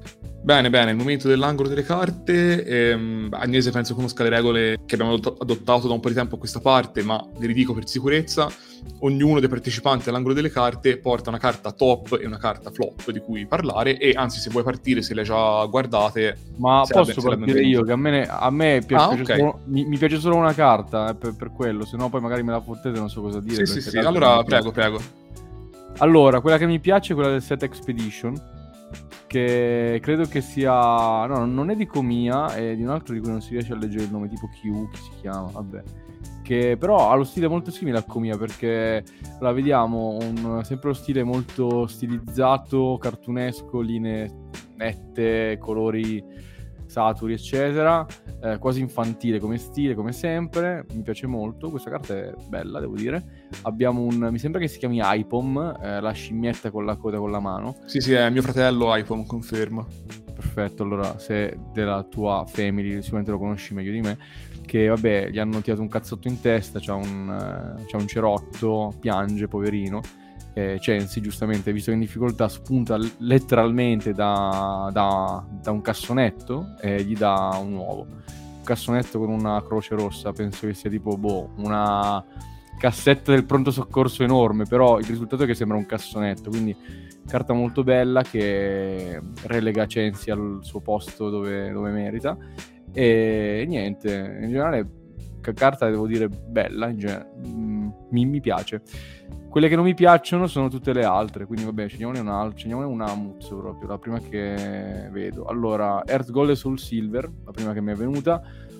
Bene, il momento dell'angolo delle carte. Agnese penso conosca le regole che abbiamo adottato da un po' di tempo a questa parte, ma le ridico per sicurezza. Ognuno dei partecipanti all'angolo delle carte porta una carta top e una carta flop di cui parlare, e anzi, se vuoi partire, se le hai già guardate...
Ma posso partire io, che a me piace
okay.
mi piace solo una carta, per quello, se no poi magari me la fottete, non so cosa dire.
Sì, allora prego.
Allora, quella che mi piace è quella del Set Expedition, che credo che sia... No, non è di Comia, è di un altro di cui non si riesce a leggere il nome, tipo Q, che si chiama, vabbè. Che però ha lo stile molto simile a Comia, perché la vediamo, sempre lo stile molto stilizzato, cartunesco, linee nette, colori saturi, eccetera, quasi infantile come stile, come sempre. Mi piace molto, questa carta è bella, devo dire. Abbiamo mi sembra che si chiami Ipom, la scimmietta con la coda con la mano.
Sì, è mio fratello Ipom, conferma.
Perfetto, allora se della tua family sicuramente lo conosci meglio di me, che vabbè, gli hanno tirato un cazzotto in testa, c'ha un cerotto, piange, poverino. Censi, giustamente, visto che è in difficoltà, spunta letteralmente da un cassonetto e gli dà un uovo. Un cassonetto con una croce rossa, penso che sia tipo una cassetta del pronto soccorso enorme, però il risultato è che sembra un cassonetto, quindi carta molto bella che relega Censi al suo posto dove merita. E niente, in generale carta, devo dire, bella, mi piace. Quelle che non mi piacciono sono tutte le altre, quindi vabbè, scegliamone una a muzzo proprio, la prima che vedo. Allora, Earth Gold e Soul Silver, la prima che mi è venuta,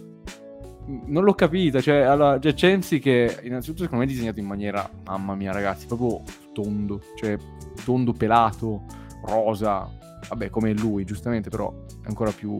non l'ho capita, cioè Censi, che innanzitutto secondo me è disegnato in maniera, mamma mia ragazzi, proprio tondo pelato, rosa, vabbè, come lui giustamente, però è ancora più,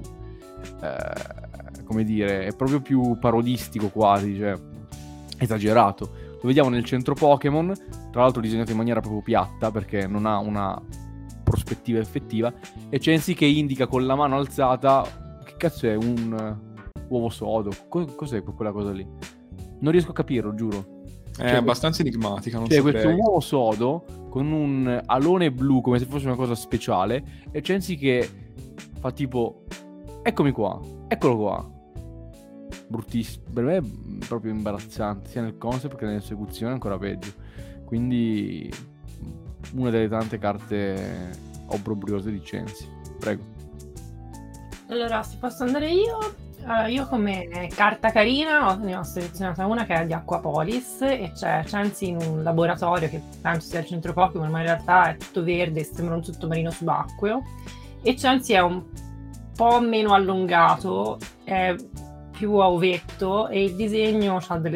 come dire, è proprio più parodistico quasi, cioè esagerato. Lo vediamo nel centro Pokémon, tra l'altro disegnato in maniera proprio piatta, perché non ha una prospettiva effettiva, e Censi che indica con la mano alzata, che cazzo è, un uovo sodo? Cos'è quella cosa lì? Non riesco a capirlo, giuro.
È abbastanza enigmatica, non
c'è
saprei.
Questo uovo sodo con un alone blu come se fosse una cosa speciale, e Censi che fa tipo, eccomi qua, eccolo qua. Bruttissimo, per me è proprio imbarazzante, sia nel concept che nell'esecuzione, ancora peggio. Quindi una delle tante carte obbrobriose di Censi. Prego.
Allora, se posso andare io? Io come carta carina ne ho selezionata una che è di Aquapolis, e c'è Censi in un laboratorio che penso sia il centro Pokémon, ma in realtà è tutto verde e sembra un sottomarino subacqueo, e Censi è un po' meno allungato, è più a ovetto, e il disegno c'ha delle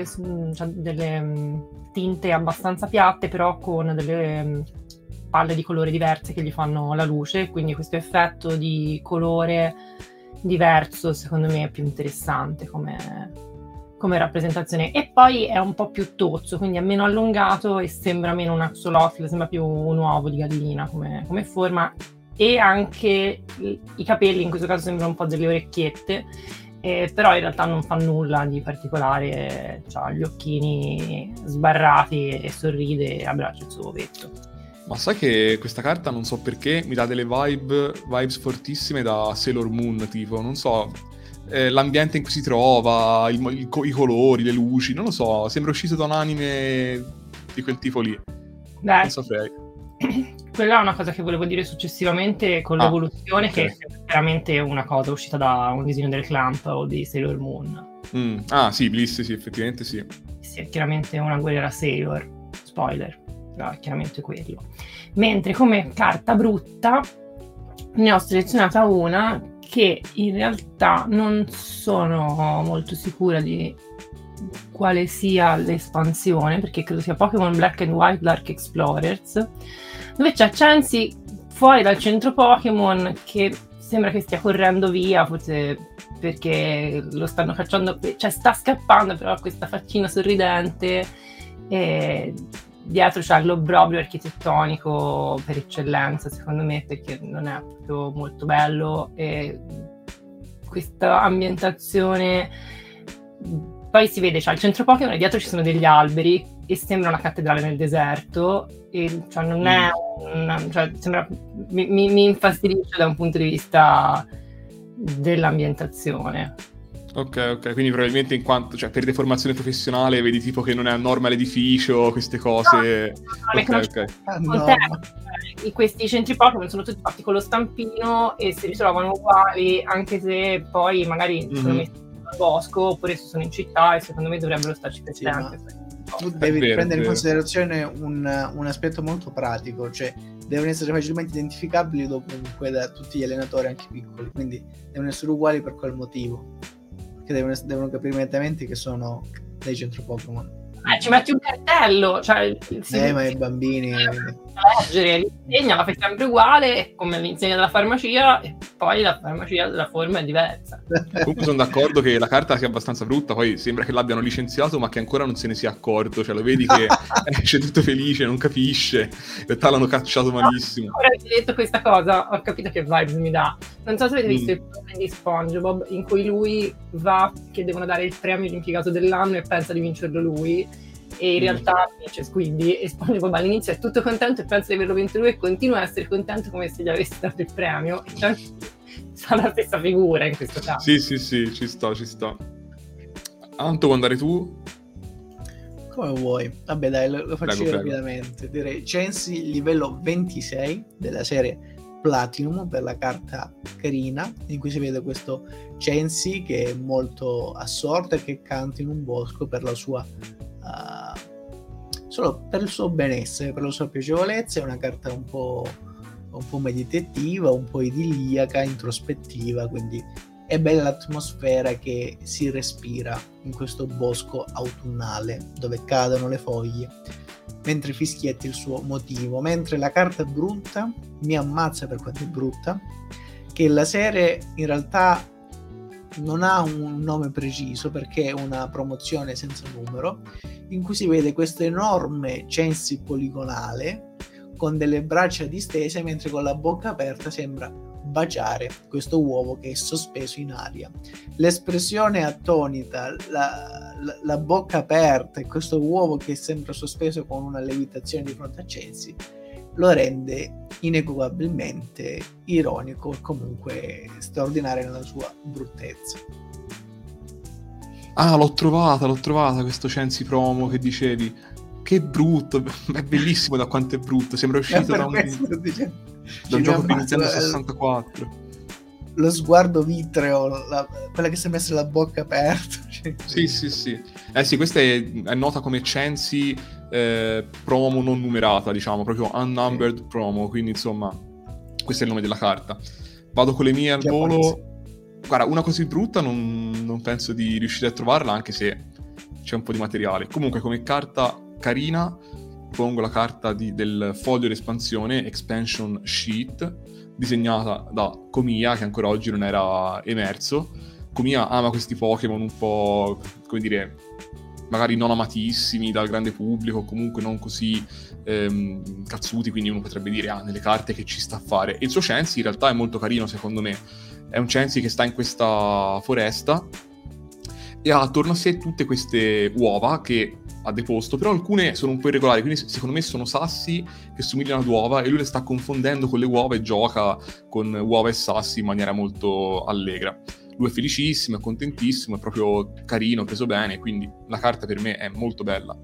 tinte abbastanza piatte, però con delle palle di colore diverse che gli fanno la luce, quindi questo effetto di colore diverso secondo me è più interessante come rappresentazione. E poi è un po' più tozzo, quindi è meno allungato e sembra meno un axolotl, sembra più un uovo di gallina come forma, e anche i capelli in questo caso sembrano un po' delle orecchiette, però in realtà non fa nulla di particolare, ha gli occhini sbarrati e sorride e abbraccia il suo ovetto.
Ma sai che questa carta, non so perché, mi dà delle vibes fortissime da Sailor Moon, tipo, non so, l'ambiente in cui si trova, i colori, le luci, non lo so, sembra uscito da un anime di quel tipo lì.
Beh,
non saprei.
Quella è una cosa che volevo dire successivamente con l'evoluzione, okay, che è veramente una cosa uscita da un disegno del Clamp o di Sailor Moon.
Sì, Bliss, sì, effettivamente sì.
Sì, è chiaramente una guerriera Sailor, spoiler, però è chiaramente quello. Mentre come carta brutta ne ho selezionata una che in realtà non sono molto sicura di quale sia l'espansione, perché credo sia Pokémon Black and White Dark Explorers, dove c'è Censi fuori dal centro Pokémon che sembra che stia correndo via, forse perché lo stanno cacciando, cioè sta scappando, però ha questa faccina sorridente, e dietro c'è l'obbrobrio architettonico per eccellenza, secondo me, perché non è proprio molto bello, e questa ambientazione poi si vede, il centro Pokémon e dietro ci sono degli alberi e sembra una cattedrale nel deserto, e non è sembra, mi infastidisce da un punto di vista dell'ambientazione.
Ok, quindi probabilmente in quanto, per deformazione professionale vedi tipo che non è a norma l'edificio, queste cose.
Questi centri Pokémon sono tutti fatti con lo stampino e si ritrovano uguali, anche se poi magari sono messi nel bosco oppure sono in città, e secondo me dovrebbero starci presenti.
Tu devi prendere in considerazione un aspetto molto pratico, cioè devono essere facilmente identificabili dovunque da tutti gli allenatori, anche piccoli, quindi devono essere uguali per quel motivo, che devono capire immediatamente che sono dei centro Pokémon.
Ci metti un cartello,
ma i bambini
leggere, l'insegna la fai sempre uguale come l'insegna della farmacia, e poi la farmacia della forma è diversa.
Comunque sono d'accordo che la carta sia abbastanza brutta, poi sembra che l'abbiano licenziato ma che ancora non se ne sia accorto, lo vedi che esce tutto felice, non capisce, in realtà l'hanno cacciato malissimo.
Ora che hai detto questa cosa ho capito che vibes mi dà. Non so se avete visto il programma di SpongeBob in cui lui va che devono dare il premio di impiegato dell'anno e pensa di vincerlo lui, e in realtà vince Squiddy, e SpongeBob all'inizio è tutto contento e pensa di averlo vinto lui e continua a essere contento come se gli avesse dato il premio, e fa la stessa figura in questo caso.
Sì, ci sto. Anto, vuoi andare tu?
Come vuoi. Vabbè dai, lo faccio io rapidamente. Direi Chansey livello 26 della serie Platinum per la carta carina, in cui si vede questo Chansey che è molto assorto e che canta in un bosco per la sua solo per il suo benessere, per la sua piacevolezza. È una carta un po' meditativa, un po' idilliaca, introspettiva, quindi è bella l'atmosfera che si respira in questo bosco autunnale dove cadono le foglie mentre fischietti il suo motivo. Mentre la carta brutta mi ammazza per quanto è brutta, che la serie in realtà non ha un nome preciso perché è una promozione senza numero, in cui si vede questo enorme Chansey poligonale con delle braccia distese, mentre con la bocca aperta sembra baciare questo uovo che è sospeso in aria. L'espressione attonita, la bocca aperta e questo uovo che sembra sospeso con una levitazione di fronte a Chansey lo rende inequivocabilmente ironico e comunque straordinario nella sua bruttezza.
L'ho trovata questo Chansey promo che dicevi. Che brutto, è bellissimo da quanto è brutto, sembra uscito da un gioco di Nintendo 64.
Lo sguardo vitreo, quella che si è messa la bocca aperta.
Sì. Sì, questa è nota come Chansey promo non numerata, diciamo, proprio unnumbered promo, quindi insomma questo è il nome della carta. Vado con le mie al volo. Guarda, una così brutta non penso di riuscire a trovarla, anche se c'è un po' di materiale. Comunque come carta carina pongo la carta del foglio d'espansione Expansion Sheet, disegnata da Komiya, che ancora oggi non era emerso. Komiya ama questi Pokémon un po', come dire, magari non amatissimi dal grande pubblico, comunque non così cazzuti, quindi uno potrebbe dire nelle carte che ci sta a fare. E il suo Chansey in realtà è molto carino, secondo me. È un Chansey che sta in questa foresta e ha attorno a sé tutte queste uova che ha deposto, però alcune sono un po' irregolari, quindi secondo me sono sassi che somigliano ad uova e lui le sta confondendo con le uova e gioca con uova e sassi in maniera molto allegra. Lui è felicissimo, è contentissimo, è proprio carino, preso bene, quindi la carta per me è molto bella.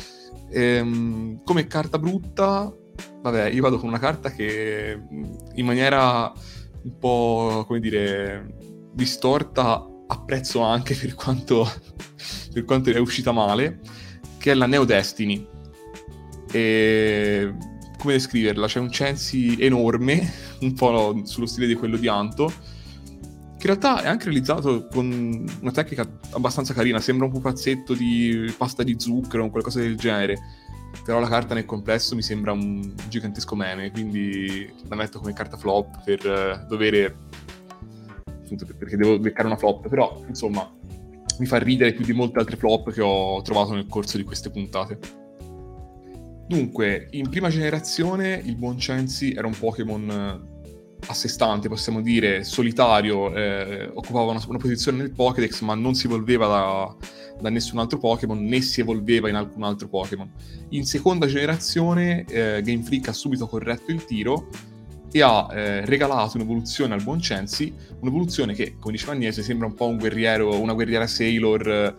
Come carta brutta, vabbè, io vado con una carta che in maniera un po', come dire, distorta apprezzo anche per quanto è uscita male, che è la Neo Destiny. E come descriverla? C'è un Chansey enorme, un po' sullo stile di quello di Anto, che in realtà è anche realizzato con una tecnica abbastanza carina, sembra un pupazzetto di pasta di zucchero o qualcosa del genere, però la carta nel complesso mi sembra un gigantesco meme, quindi la metto come carta flop per dovere, perché devo beccare una flop, però insomma mi fa ridere più di molte altre flop che ho trovato nel corso di queste puntate. Dunque, in prima generazione il buon Chansey era un Pokémon a sé stante, possiamo dire, solitario, occupava una posizione nel Pokédex, ma non si evolveva da nessun altro Pokémon, né si evolveva in alcun altro Pokémon. In seconda generazione Game Freak ha subito corretto il tiro e ha regalato un'evoluzione al buon Chansey, un'evoluzione che, come diceva Agnese, sembra un po' un guerriero, una guerriera Sailor,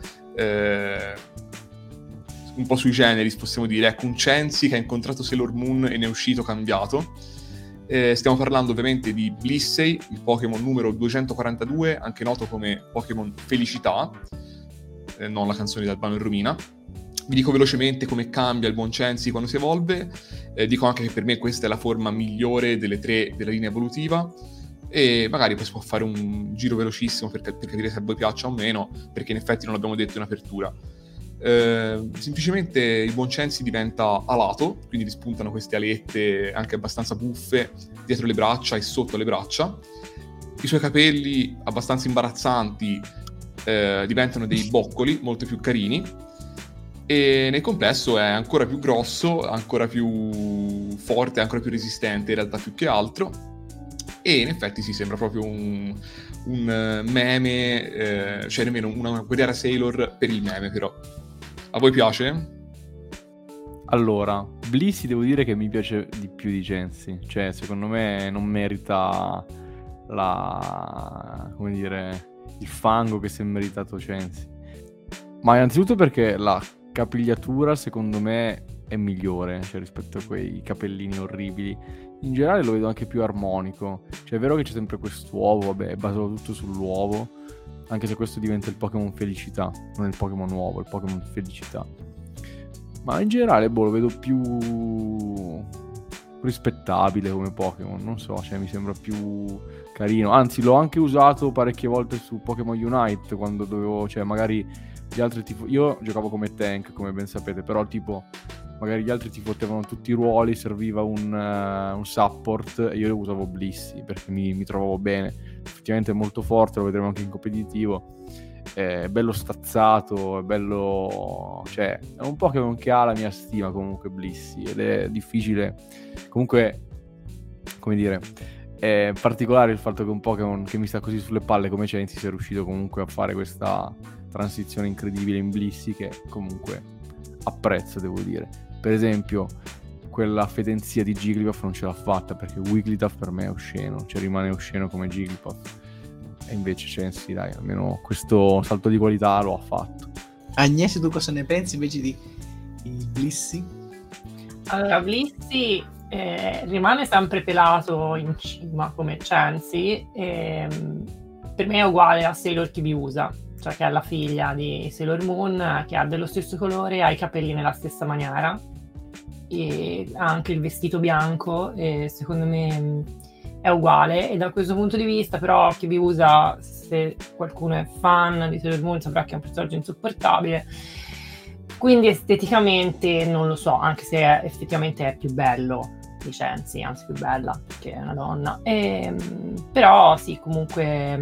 un po' sui generis, possiamo dire. Ecco, un Chansey che ha incontrato Sailor Moon e ne è uscito cambiato. Stiamo parlando ovviamente di Blissey, il Pokémon numero 242, anche noto come Pokémon Felicità, non la canzone di Albano e Romina. Vi dico velocemente come cambia il buon Chansey quando si evolve, dico anche che per me questa è la forma migliore delle 3 della linea evolutiva, e magari poi si può fare un giro velocissimo per capire se a voi piaccia o meno, perché in effetti non l'abbiamo detto in apertura. Semplicemente il buon Chansey diventa alato, quindi gli spuntano queste alette anche abbastanza buffe dietro le braccia e sotto le braccia. I suoi capelli, abbastanza imbarazzanti, diventano dei boccoli molto più carini, e nel complesso è ancora più grosso, ancora più forte, ancora più resistente in realtà più che altro, e in effetti si sembra proprio un meme, cioè nemmeno una guerriera Sailor per il meme. Però a voi piace?
Allora, Blissey devo dire che mi piace di più di Chansey, cioè secondo me non merita come dire, il fango che si è meritato Chansey, ma innanzitutto perché la capigliatura secondo me è migliore, cioè rispetto a quei capellini orribili. In generale lo vedo anche più armonico, cioè è vero che c'è sempre quest'uovo, vabbè, è basato tutto sull'uovo, anche se questo diventa il Pokémon Felicità, non il Pokémon uovo, il Pokémon Felicità. Ma in generale, lo vedo più rispettabile come Pokémon, non so, cioè mi sembra più carino. Anzi, l'ho anche usato parecchie volte su Pokémon Unite, quando dovevo, cioè magari gli altri io giocavo come tank, come ben sapete, però tipo magari gli altri ti fottevano tutti i ruoli, serviva un support, e io usavo Blissey perché mi trovavo bene. Effettivamente è molto forte, lo vedremo anche in competitivo, è bello stazzato, è bello, cioè è un Pokémon che ha la mia stima comunque Blissey, ed è difficile comunque, come dire, è particolare il fatto che un Pokémon che mi sta così sulle palle come Chansey sia riuscito comunque a fare questa transizione incredibile in Blissey, che comunque apprezzo, devo dire. Per esempio quella fedenzia di Jigglypuff non ce l'ha fatta, perché Wigglytuff per me è osceno, cioè rimane osceno come Jigglypuff, e invece Chansey, dai, almeno questo salto di qualità lo ha fatto.
Agnese, tu cosa ne pensi invece di Blissey?
Allora, Blissey rimane sempre pelato in cima come Chansey, per me è uguale a Sailor Chibiusa, cioè che è la figlia di Sailor Moon, che ha dello stesso colore, ha i capelli nella stessa maniera e ha anche il vestito bianco, e secondo me è uguale. E da questo punto di vista però Chibiusa, se qualcuno è fan di Sailor Moon, saprà che è un personaggio insopportabile, quindi esteticamente non lo so, anche se effettivamente è più bello di Chansey, anzi più bella, che è una donna, però sì, comunque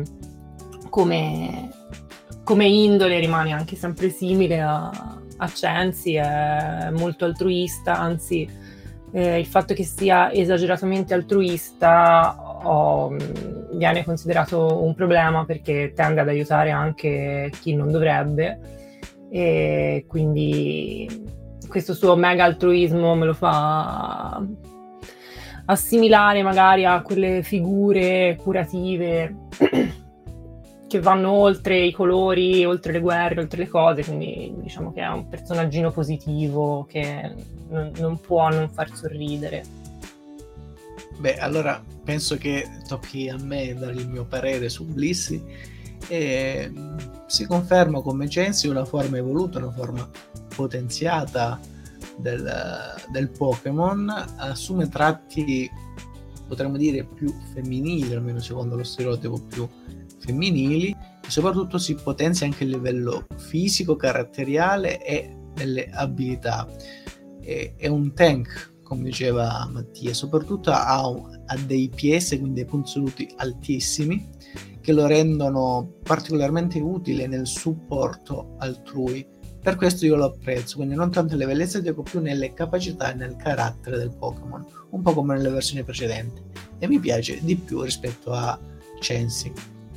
come indole rimane anche sempre simile a Chansey, è molto altruista, anzi il fatto che sia esageratamente altruista viene considerato un problema, perché tende ad aiutare anche chi non dovrebbe, e quindi questo suo mega altruismo me lo fa assimilare magari a quelle figure curative che vanno oltre i colori, oltre le guerre, oltre le cose, quindi diciamo che è un personaggino positivo che non può non far sorridere.
Beh, allora penso che tocchi a me dare il mio parere su Blissey, e si conferma come Chansey una forma evoluta, una forma potenziata del Pokémon, assume tratti, potremmo dire, più femminili, almeno secondo lo stereotipo più femminili, e soprattutto si potenzia anche a livello fisico, caratteriale e nelle abilità. È un tank, come diceva Mattia, soprattutto ha dei PS, quindi dei punti assoluti altissimi, che lo rendono particolarmente utile nel supporto altrui. Per questo io lo apprezzo, quindi non tanto le bellezze, dico più nelle capacità e nel carattere del Pokémon, un po' come nelle versioni precedenti. e mi piace di più rispetto a Chansey.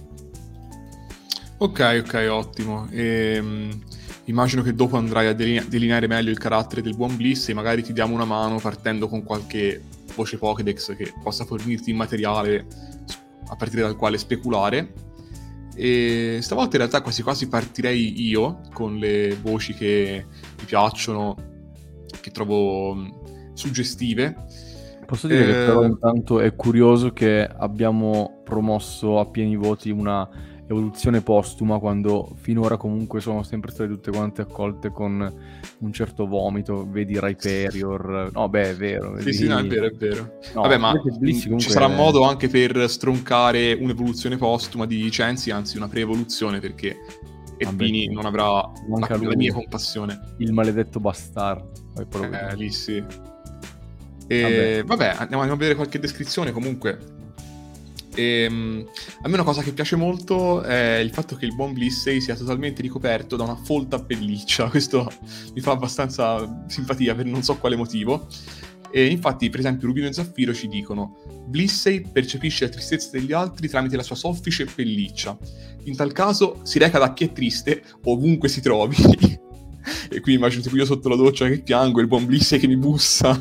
Ok, ottimo. Immagino che dopo andrai a delineare meglio il carattere del buon Bliss e magari ti diamo una mano partendo con qualche voce Pokédex che possa fornirti il materiale a partire dal quale speculare. E stavolta in realtà quasi quasi partirei io con le voci che mi piacciono, che trovo suggestive.
Posso dire che però intanto è curioso che abbiamo promosso a pieni voti una evoluzione postuma quando finora comunque sono sempre state tutte quante accolte con un certo vomito. Vedi Rhyperior, no beh è vero, vedi...
Sì, no, è vero.
No,
vabbè, ma
Bliss comunque
ci sarà modo anche per stroncare un'evoluzione postuma di Chansey, anzi una pre-evoluzione, perché Erbini non avrà la mia compassione.
Il maledetto bastardo.
Lì sì. Vabbè, andiamo a vedere qualche descrizione comunque. A me una cosa che piace molto è il fatto che il buon Blissey sia totalmente ricoperto da una folta pelliccia. Questo mi fa abbastanza simpatia per non so quale motivo. E infatti, per esempio, Rubino e Zaffiro ci dicono: Blissey percepisce la tristezza degli altri tramite la sua soffice pelliccia. In tal caso si reca da chi è triste ovunque si trovi. E qui immagino tipo io sotto la doccia che piango, il buon Blissey che mi bussa.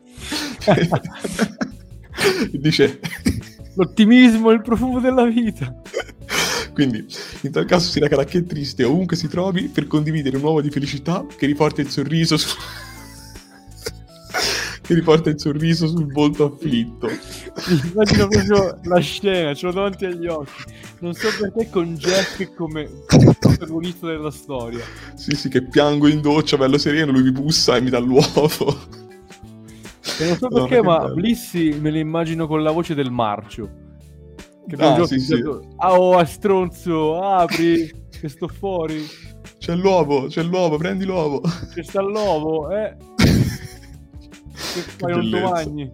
Dice:
l'ottimismo è il profumo della vita.
Quindi, in tal caso si reca da chi è triste ovunque si trovi per condividere un uovo di felicità che riporta il sorriso sul volto afflitto.
Immagino proprio la scena, ce l'ho davanti agli occhi. Non so perché con Jack come protagonista della storia.
Sì, che piango in doccia, bello sereno, lui mi bussa e mi dà l'uovo.
E non so perché, ma Blissey me lo immagino con la voce del marcio. Che
sì.
Oh, stronzo, apri, che sto fuori.
C'è l'uovo, prendi l'uovo.
C'è sta l'uovo, Che fai, non domani.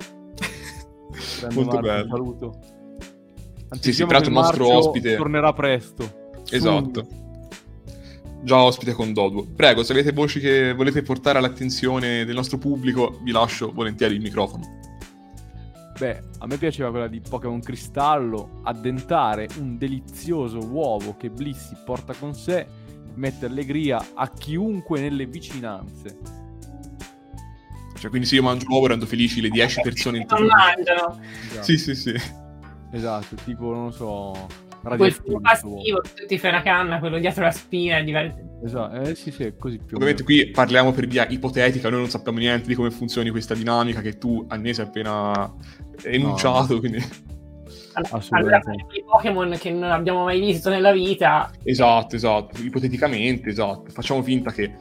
Molto bello.
Saluto.
Sì, peraltro il nostro ospite
tornerà presto.
Esatto. Già ospite con Doduo. Prego, se avete voci che volete portare all'attenzione del nostro pubblico, vi lascio volentieri il microfono.
Beh, a me piaceva quella di Pokémon Cristallo, addentare un delizioso uovo che Blissey porta con sé, mette allegria a chiunque nelle vicinanze.
Cioè, quindi se io mangio l'uovo rendo felici le 10 persone intorno.
Non mangiano.
Esatto. Sì.
Esatto, tipo, non lo so...
quel fumo passivo che tu ti fai una canna, quello dietro la spina è divertente.
Esatto, sì, è così più.
Ovviamente qui parliamo per via ipotetica, noi non sappiamo niente di come funzioni questa dinamica che tu, Agnese, hai appena enunciato,
no.
Quindi...
Allora, i Pokémon che non abbiamo mai visto nella vita.
Esatto, ipoteticamente, esatto. Facciamo finta che...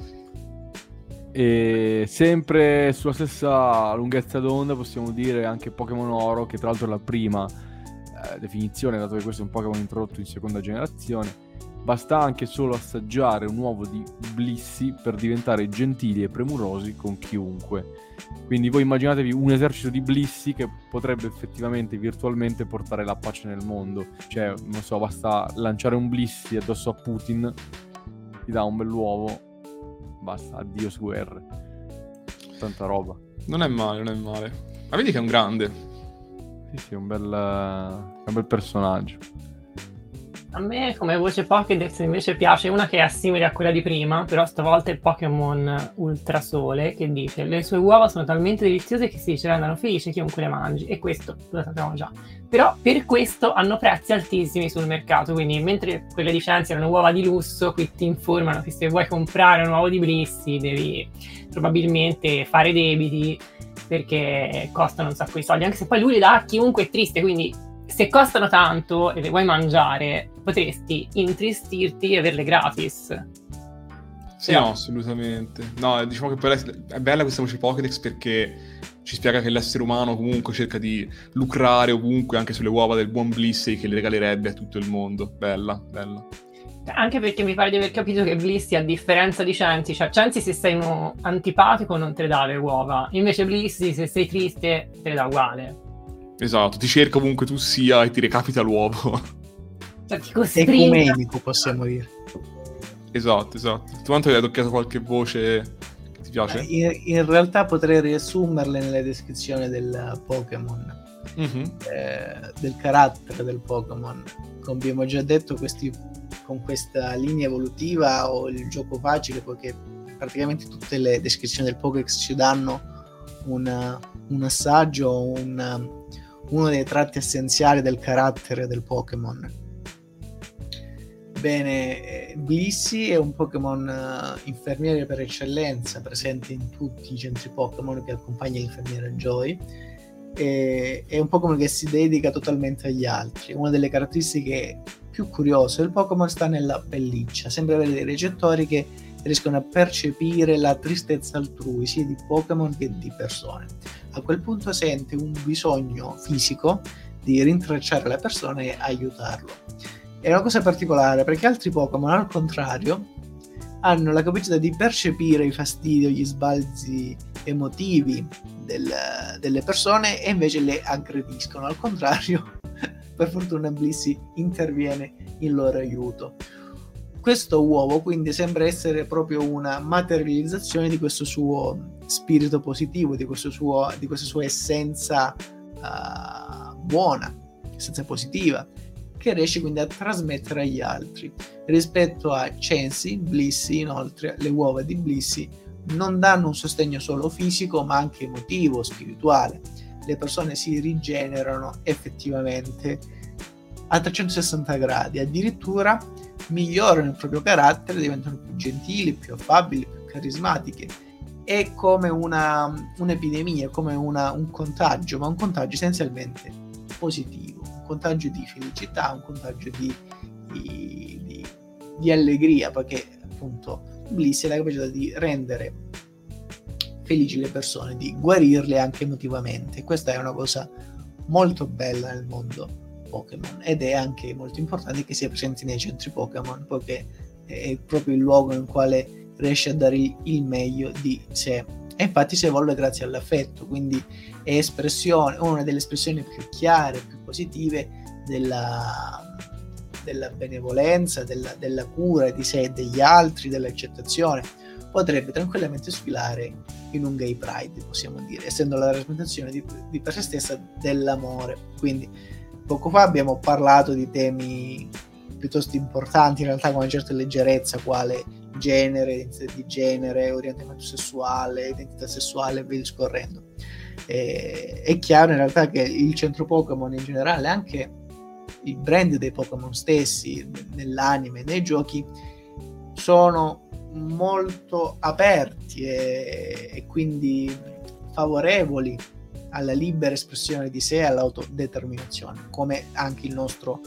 E sempre sulla stessa lunghezza d'onda possiamo dire anche Pokémon Oro, che tra l'altro è la prima definizione, dato che questo è un Pokémon introdotto in seconda generazione. Basta anche solo assaggiare un uovo di Blissey per diventare gentili e premurosi con chiunque. Quindi voi immaginatevi un esercito di Blissey che potrebbe effettivamente virtualmente portare la pace nel mondo. Cioè, non so, basta lanciare un Blissey addosso a Putin, ti dà un bell'uovo, basta, addio su guerre. Tanta roba.
Non è male. Ma vedi che è un grande.
Sì, è un bel personaggio.
A me come voce Pokédex invece piace una che è simile a quella di prima, però stavolta è Pokémon Ultrasole, che dice: le sue uova sono talmente deliziose che si rendono felice chiunque le mangi, e questo lo sappiamo già. Però per questo hanno prezzi altissimi sul mercato, quindi mentre quelle di Chansey erano uova di lusso, qui ti informano che se vuoi comprare un uovo di Blissey devi probabilmente fare debiti, perché costano un sacco di soldi, anche se poi lui le dà a chiunque è triste, quindi se costano tanto e le vuoi mangiare potresti intristirti e averle gratis.
Sì, no, assolutamente. No, diciamo che poi è bella questa voce Pokédex perché ci spiega che l'essere umano comunque cerca di lucrare ovunque, anche sulle uova del buon Blissey, che le regalerebbe a tutto il mondo. Bella.
Anche perché mi pare di aver capito che Blissey, a differenza di Chansey, cioè Chansey se sei antipatico non te le dà le uova, invece Blissey se sei triste te le dà uguale.
Esatto, ti cerca ovunque tu sia e ti recapita l'uovo.
Cioè, ti costringe.
Ecumenico, possiamo dire.
Esatto. Tu quanto hai adocchiato qualche voce che ti piace?
In realtà potrei riassumerle nelle descrizioni del Pokémon. del carattere del Pokémon. Come abbiamo già detto, con questa linea evolutiva o il gioco facile, poiché praticamente tutte le descrizioni del Pokédex ci danno un assaggio, uno dei tratti essenziali del carattere del Pokémon. Bene, Blissey è un Pokémon infermiere per eccellenza, presente in tutti i centri Pokémon, che accompagna l'infermiera Joy. È un Pokémon che si dedica totalmente agli altri. Una delle caratteristiche più curiose del Pokémon sta nella pelliccia. Sembra avere dei recettori che riescono a percepire la tristezza altrui, sia di Pokémon che di persone. A quel punto sente un bisogno fisico di rintracciare la persona e aiutarlo. È una cosa particolare, perché altri Pokémon, al contrario, hanno la capacità di percepire i fastidi o gli sbalzi emotivi delle persone e invece le aggrediscono. Al contrario, per fortuna Blissey interviene in loro aiuto. Questo uovo quindi sembra essere proprio una materializzazione di questo suo spirito positivo, di questa sua essenza buona, essenza positiva, che riesce quindi a trasmettere agli altri. Rispetto a Chansey, Blissey, inoltre, le uova di Blissey non danno un sostegno solo fisico, ma anche emotivo, spirituale. Le persone si rigenerano effettivamente a 360 gradi, addirittura migliorano il proprio carattere, diventano più gentili, più affabili, più carismatiche. È come un'epidemia, come un contagio, ma un contagio essenzialmente positivo, un contagio di felicità, un contagio di allegria, perché appunto Blissey ha la capacità di rendere felici le persone, di guarirle anche emotivamente. Questa è una cosa molto bella nel mondo Pokémon, ed è anche molto importante che sia presente nei centri Pokémon, perché è proprio il luogo nel quale riesce a dare il meglio di sé, e infatti si evolve grazie all'affetto, quindi è una delle espressioni più chiare, più positive della benevolenza, della cura di sé e degli altri, dell'accettazione. Potrebbe tranquillamente sfilare in un gay pride, possiamo dire, essendo la rappresentazione di per sé stessa dell'amore. Quindi poco fa abbiamo parlato di temi piuttosto importanti, in realtà con una certa leggerezza, quale genere, identità di genere, orientamento sessuale, identità sessuale e via discorrendo. È chiaro in realtà che il centro Pokémon in generale, anche il brand dei Pokémon stessi nell'anime e nei giochi, sono molto aperti e quindi favorevoli alla libera espressione di sé e all'autodeterminazione, come anche il nostro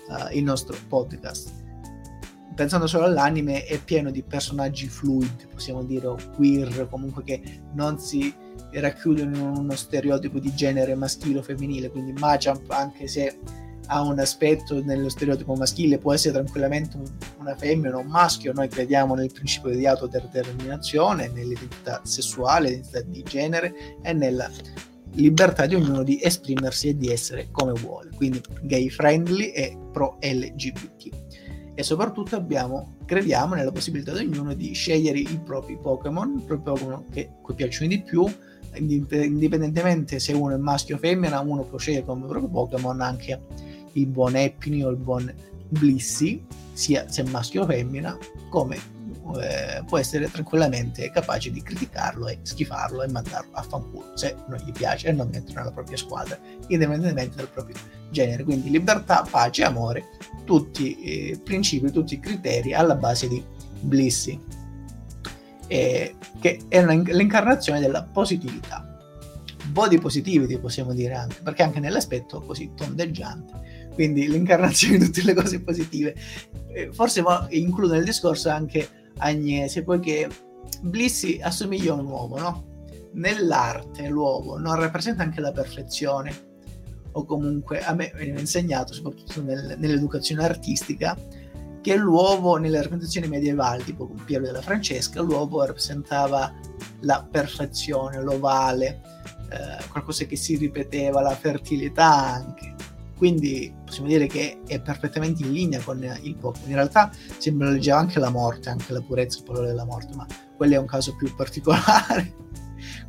podcast. Pensando solo all'anime, è pieno di personaggi fluid, possiamo dire, o queer, comunque, che non si racchiudono in uno stereotipo di genere maschile o femminile. Quindi Machamp, anche se ha un aspetto nello stereotipo maschile, può essere tranquillamente una femmina o un maschio. Noi crediamo nel principio di autodeterminazione, nell'identità sessuale, l'identità di genere e nella libertà di ognuno di esprimersi e di essere come vuole, quindi gay friendly e pro LGBT. E soprattutto crediamo nella possibilità di ognuno di scegliere i propri Pokémon che cui piacciono di più, indipendentemente se uno è maschio o femmina. Uno può scegliere come proprio Pokémon anche il buon Epiny o il buon Blissey, sia se maschio o femmina, come può essere tranquillamente capace di criticarlo e schifarlo e mandarlo a fanculo se non gli piace e non metterlo nella propria squadra, indipendentemente dal proprio genere. Quindi libertà, pace, amore, tutti i principi, tutti i criteri alla base di Blissey, che è l'incarnazione della positività, body positivity possiamo dire, anche perché anche nell'aspetto così tondeggiante, quindi l'incarnazione di tutte le cose positive. Forse includo nel discorso anche Agnese, poiché Blissey assomiglia a un uomo, no? Nell'arte l'uovo non rappresenta anche la perfezione, o comunque a me veniva insegnato, soprattutto nell'educazione artistica, che l'uovo nelle rappresentazioni medievali, tipo con Piero della Francesca, l'uovo rappresentava la perfezione, l'ovale, qualcosa che si ripeteva, la fertilità anche. Quindi possiamo dire che è perfettamente in linea con il Pokémon. In realtà simboleggiava anche la morte, anche la purezza, il valore della morte, ma quello è un caso più particolare.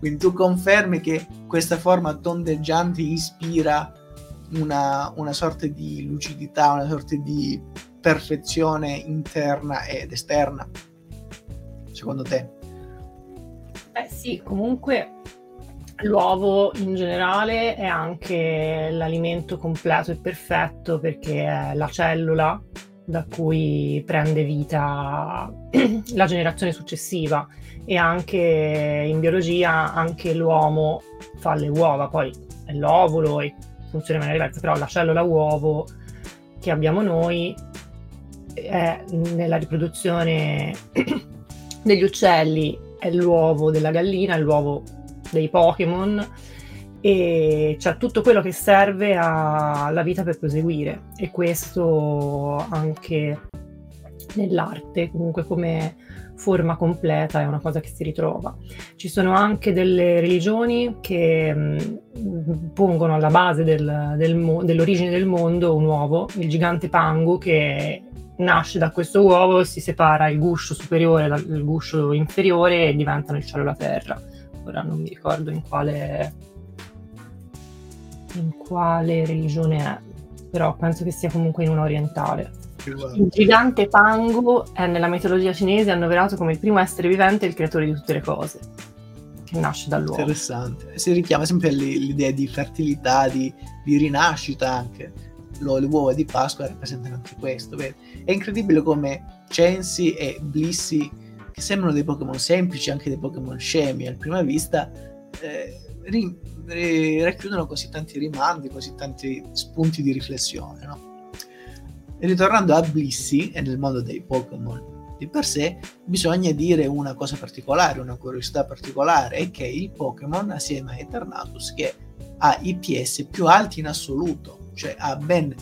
Quindi tu confermi che questa forma tondeggiante ispira una sorta di lucidità, una sorta di perfezione interna ed esterna, secondo te?
Sì, comunque l'uovo in generale è anche l'alimento completo e perfetto, perché è la cellula da cui prende vita la generazione successiva, e anche in biologia anche l'uomo fa le uova, poi è l'ovulo e funziona in maniera diversa, però la cellula uovo che abbiamo noi è nella riproduzione degli uccelli, è l'uovo della gallina, è l'uovo dei Pokémon, e c'è tutto quello che serve alla vita per proseguire, e questo anche nell'arte, comunque come forma completa, è una cosa che si ritrova. Ci sono anche delle religioni che pongono alla base dell'origine del mondo un uovo, il gigante Pangu, che nasce da questo uovo, si separa il guscio superiore dal guscio inferiore e diventano il cielo e la terra. Ora non mi ricordo in quale religione è, però penso che sia comunque in una orientale. Il gigante Pangu è nella mitologia cinese annoverato come il primo essere vivente e il creatore di tutte le cose, che nasce dall'uomo.
Interessante, si richiama sempre l'idea di fertilità, di rinascita anche. Le uova di Pasqua rappresentano anche questo. È incredibile come Chansey e Blissey, che sembrano dei Pokémon semplici, anche dei Pokémon scemi a prima vista, racchiudono così tanti rimandi, così tanti spunti di riflessione, no? E ritornando a Blissey e nel mondo dei Pokémon di per sé, bisogna dire una cosa particolare, una curiosità particolare, è che il Pokémon, assieme a Eternatus, che ha i PS più alti in assoluto, cioè ha ben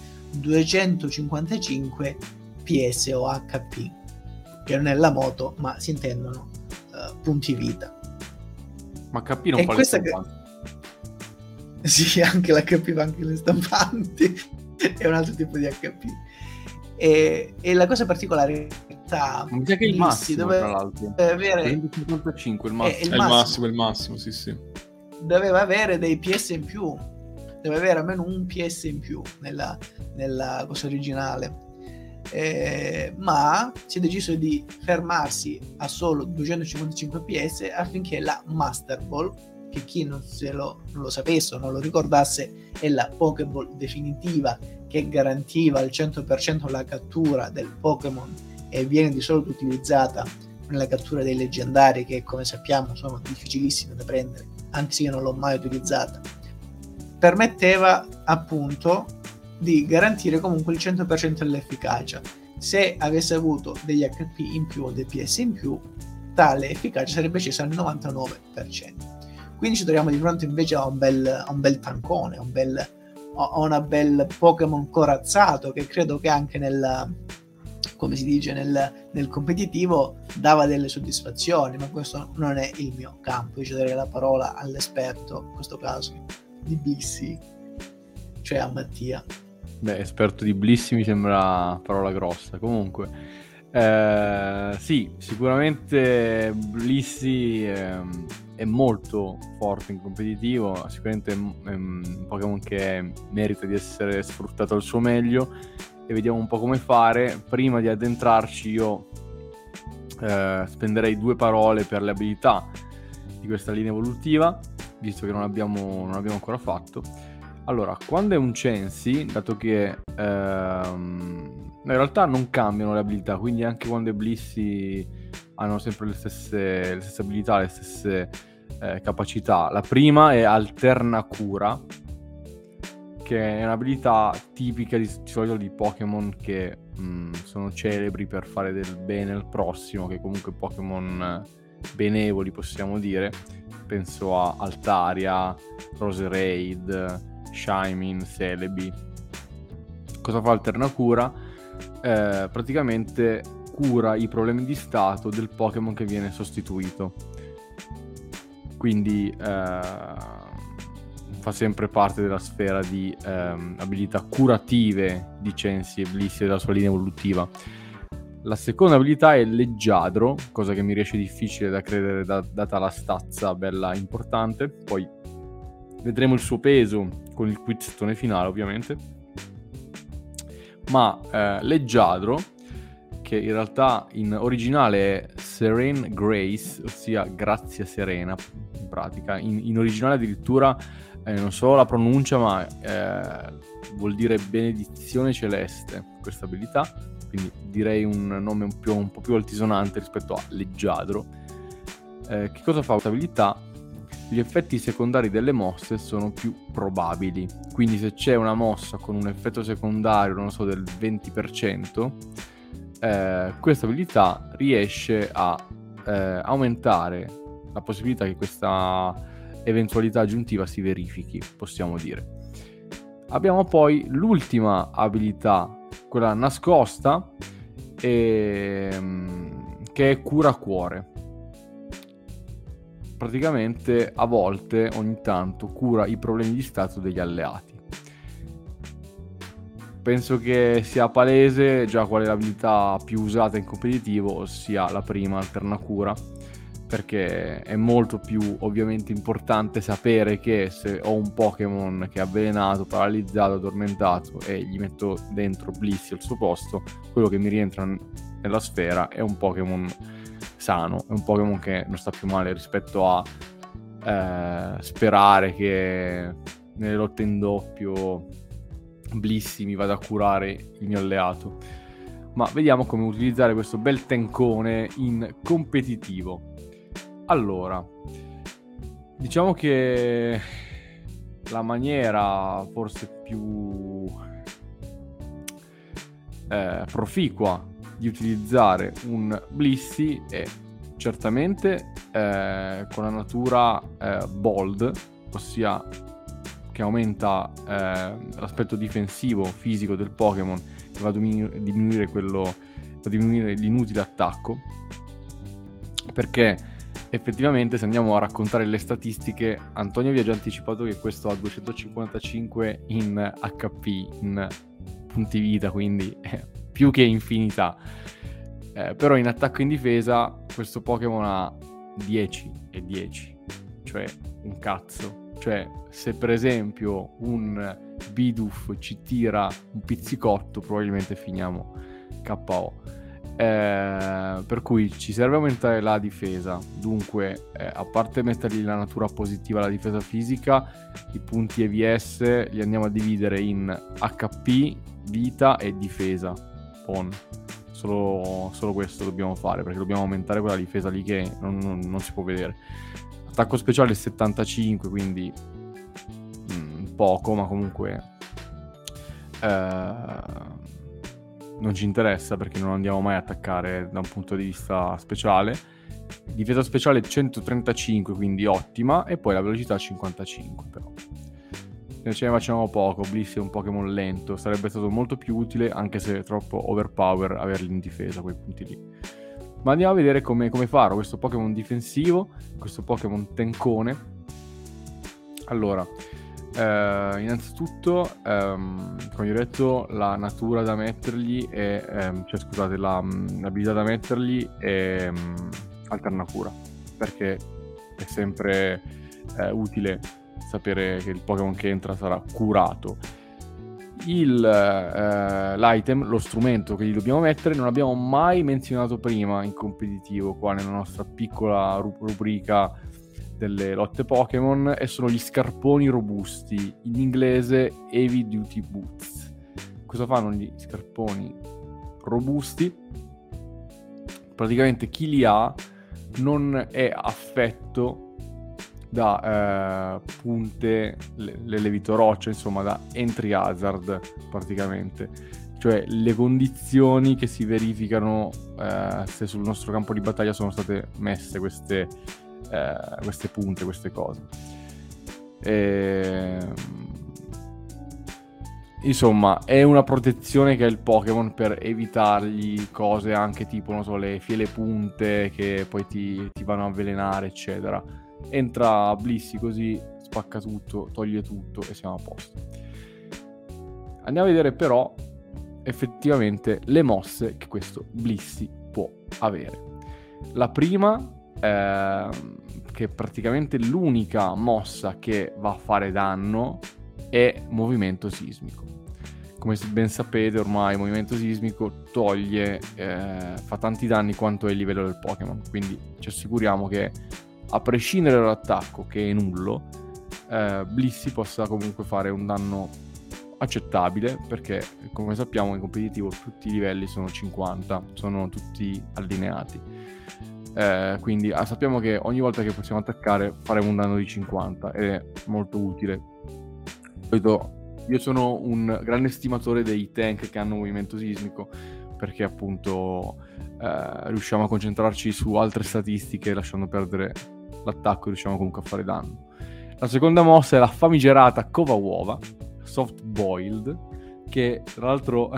255 PS o HP, che non è la moto, ma si intendono punti vita.
Ma HP non fa le stampanti?
Sì, anche l'HP va anche le stampanti, è un altro tipo di HP. E la cosa particolare
mi sa che è il massimo, tra l'altro.
Avere
255 il massimo.
È il massimo, sì.
Doveva avere dei PS in più, deve avere almeno un PS in più nella cosa originale, ma si è deciso di fermarsi a solo 255 PS affinché la Master Ball, che chi non lo sapesse o non lo ricordasse, è la Pokéball definitiva che garantiva al 100% la cattura del Pokémon e viene di solito utilizzata nella cattura dei leggendari, che come sappiamo sono difficilissime da prendere, anche se io non l'ho mai utilizzata. Permetteva appunto di garantire comunque il 100% dell'efficacia. Se avesse avuto degli HP in più o dei PS in più, tale efficacia sarebbe scesa al 99%. Quindi ci troviamo di fronte invece a un bel tancone, a una bel Pokémon corazzato, che credo che anche nel competitivo dava delle soddisfazioni, ma questo non è il mio campo. Io ci darei la parola all'esperto, in questo caso di Blissey, cioè a Mattia.
Beh, esperto di Blissey mi sembra parola grossa. Comunque sì, sicuramente Blissey è molto forte in competitivo, sicuramente è un Pokémon che merita di essere sfruttato al suo meglio, e vediamo un po' come fare. Prima di addentrarci io spenderei 2 parole per le abilità di questa linea evolutiva, visto che non abbiamo ancora fatto. Allora, quando è un Chansey, dato che in realtà non cambiano le abilità, quindi anche quando è Blissey hanno sempre le stesse abilità, le stesse capacità. La prima è Alterna Cura, che è un'abilità tipica di solito di Pokémon che sono celebri per fare del bene al prossimo, che comunque Pokémon benevoli possiamo dire. Penso a Altaria, Roserade, Shaymin, Celebi. Cosa fa Alterna Cura? Praticamente cura i problemi di stato del Pokémon che viene sostituito, quindi fa sempre parte della sfera di abilità curative di Chansey e Blissey della sua linea evolutiva. La seconda abilità è Leggiadro, cosa che mi riesce difficile da credere data la stazza bella importante. Poi vedremo il suo peso con il quiztone finale, ovviamente. Ma Leggiadro, che in realtà in originale è Serene Grace, ossia grazia serena, in pratica. In originale addirittura non solo la pronuncia, ma vuol dire benedizione celeste, questa abilità. Quindi direi un nome un po' più altisonante rispetto a Leggiadro. Che cosa fa questa abilità? Gli effetti secondari delle mosse sono più probabili. Quindi se c'è una mossa con un effetto secondario, non so, del 20%, questa abilità riesce a aumentare la possibilità che questa eventualità aggiuntiva si verifichi, possiamo dire. Abbiamo poi l'ultima abilità, quella nascosta, che è cura cuore. Praticamente a volte, ogni tanto, cura i problemi di stato degli alleati. Penso che sia palese già qual è l'abilità più usata in competitivo, ossia la prima, Alternacura, perché è molto più ovviamente importante sapere che se ho un Pokémon che è avvelenato, paralizzato, addormentato e gli metto dentro Blissey al suo posto, quello che mi rientra nella sfera è un Pokémon sano, è un Pokémon che non sta più male rispetto a sperare che nelle lotte in doppio Blissey mi vada a curare il mio alleato. Ma vediamo come utilizzare questo bel tencone in competitivo. Allora, diciamo che la maniera forse più proficua di utilizzare un Blissey è certamente con la natura bold, ossia che aumenta l'aspetto difensivo fisico del Pokémon e va a diminuire l'inutile attacco, perché effettivamente se andiamo a raccontare le statistiche, Antonio vi ha già anticipato che questo ha 255 in HP, in punti vita, quindi più che infinità. Però in attacco e in difesa questo Pokémon ha 10 e 10, cioè un cazzo. Cioè se per esempio un Bidoof ci tira un pizzicotto probabilmente finiamo KO. Per cui ci serve aumentare la difesa, dunque a parte mettergli la natura positiva alla difesa fisica, i punti EVS li andiamo a dividere in HP, vita e difesa. Solo questo dobbiamo fare, perché dobbiamo aumentare quella difesa lì che non si può vedere. Attacco speciale è 75, quindi poco, ma comunque non ci interessa perché non andiamo mai a attaccare da un punto di vista speciale. Difesa speciale 135, quindi ottima, e poi la velocità 55 però. Ce ne facciamo poco, Blissey è un Pokémon lento, sarebbe stato molto più utile, anche se è troppo overpower, averli in difesa quei punti lì. Ma andiamo a vedere come farlo, questo Pokémon difensivo, questo Pokémon tencone. Allora, innanzitutto, come vi ho detto, la natura da mettergli è, l'abilità da mettergli è Alternacura, perché è sempre utile sapere che il Pokémon che entra sarà curato. L'item, lo strumento che gli dobbiamo mettere, non abbiamo mai menzionato prima in competitivo qua nella nostra piccola rubrica delle lotte Pokémon, e sono gli scarponi robusti, in inglese Heavy Duty Boots. Cosa fanno gli scarponi robusti? Praticamente chi li ha non è affetto da punte, le levitorocce, insomma da entry hazard praticamente, cioè le condizioni che si verificano se sul nostro campo di battaglia sono state messe queste punte, queste cose. Insomma, è una protezione che ha il Pokémon per evitargli cose anche tipo, non so, le fiele punte che poi ti vanno a avvelenare, eccetera. Entra Blissey così, spacca tutto, toglie tutto e siamo a posto. Andiamo a vedere però effettivamente le mosse che questo Blissey può avere. La prima, che è praticamente l'unica mossa che va a fare danno, è movimento sismico. Come ben sapete, ormai il movimento sismico toglie, fa tanti danni quanto è il livello del Pokémon, quindi ci assicuriamo che, a prescindere dall'attacco che è nullo, Blissey possa comunque fare un danno accettabile, perché come sappiamo in competitivo tutti i livelli sono 50, sono tutti allineati, quindi sappiamo che ogni volta che possiamo attaccare faremo un danno di 50 ed è molto utile. Io sono un grande estimatore dei tank che hanno movimento sismico, perché appunto riusciamo a concentrarci su altre statistiche, lasciando perdere l'attacco, e riusciamo comunque a fare danno. La seconda mossa è la famigerata Cova Uova, Soft Boiled, che tra l'altro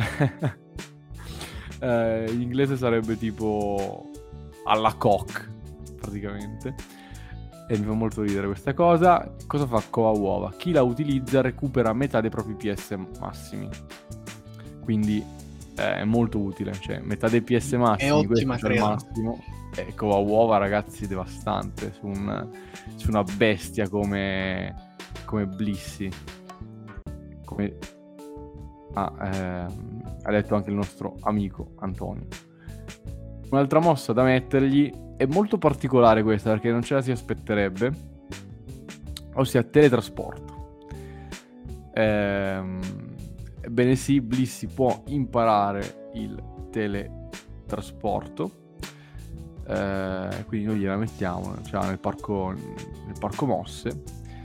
in inglese sarebbe tipo alla coque praticamente, e mi fa molto ridere questa cosa. Cosa fa Cova Uova? Chi la utilizza recupera metà dei propri PS massimi, quindi è molto utile, cioè metà dei PS massimi,
è ottima,
questo è il massimo. Cova Uova, ragazzi, devastante su una bestia come Blissey, come ha detto anche il nostro amico Antonio. Un'altra mossa da mettergli è molto particolare questa, perché non ce la si aspetterebbe, ossia teletrasporto. Ebbene sì, Blissey può imparare il teletrasporto, quindi noi gliela mettiamo, cioè nel parco mosse,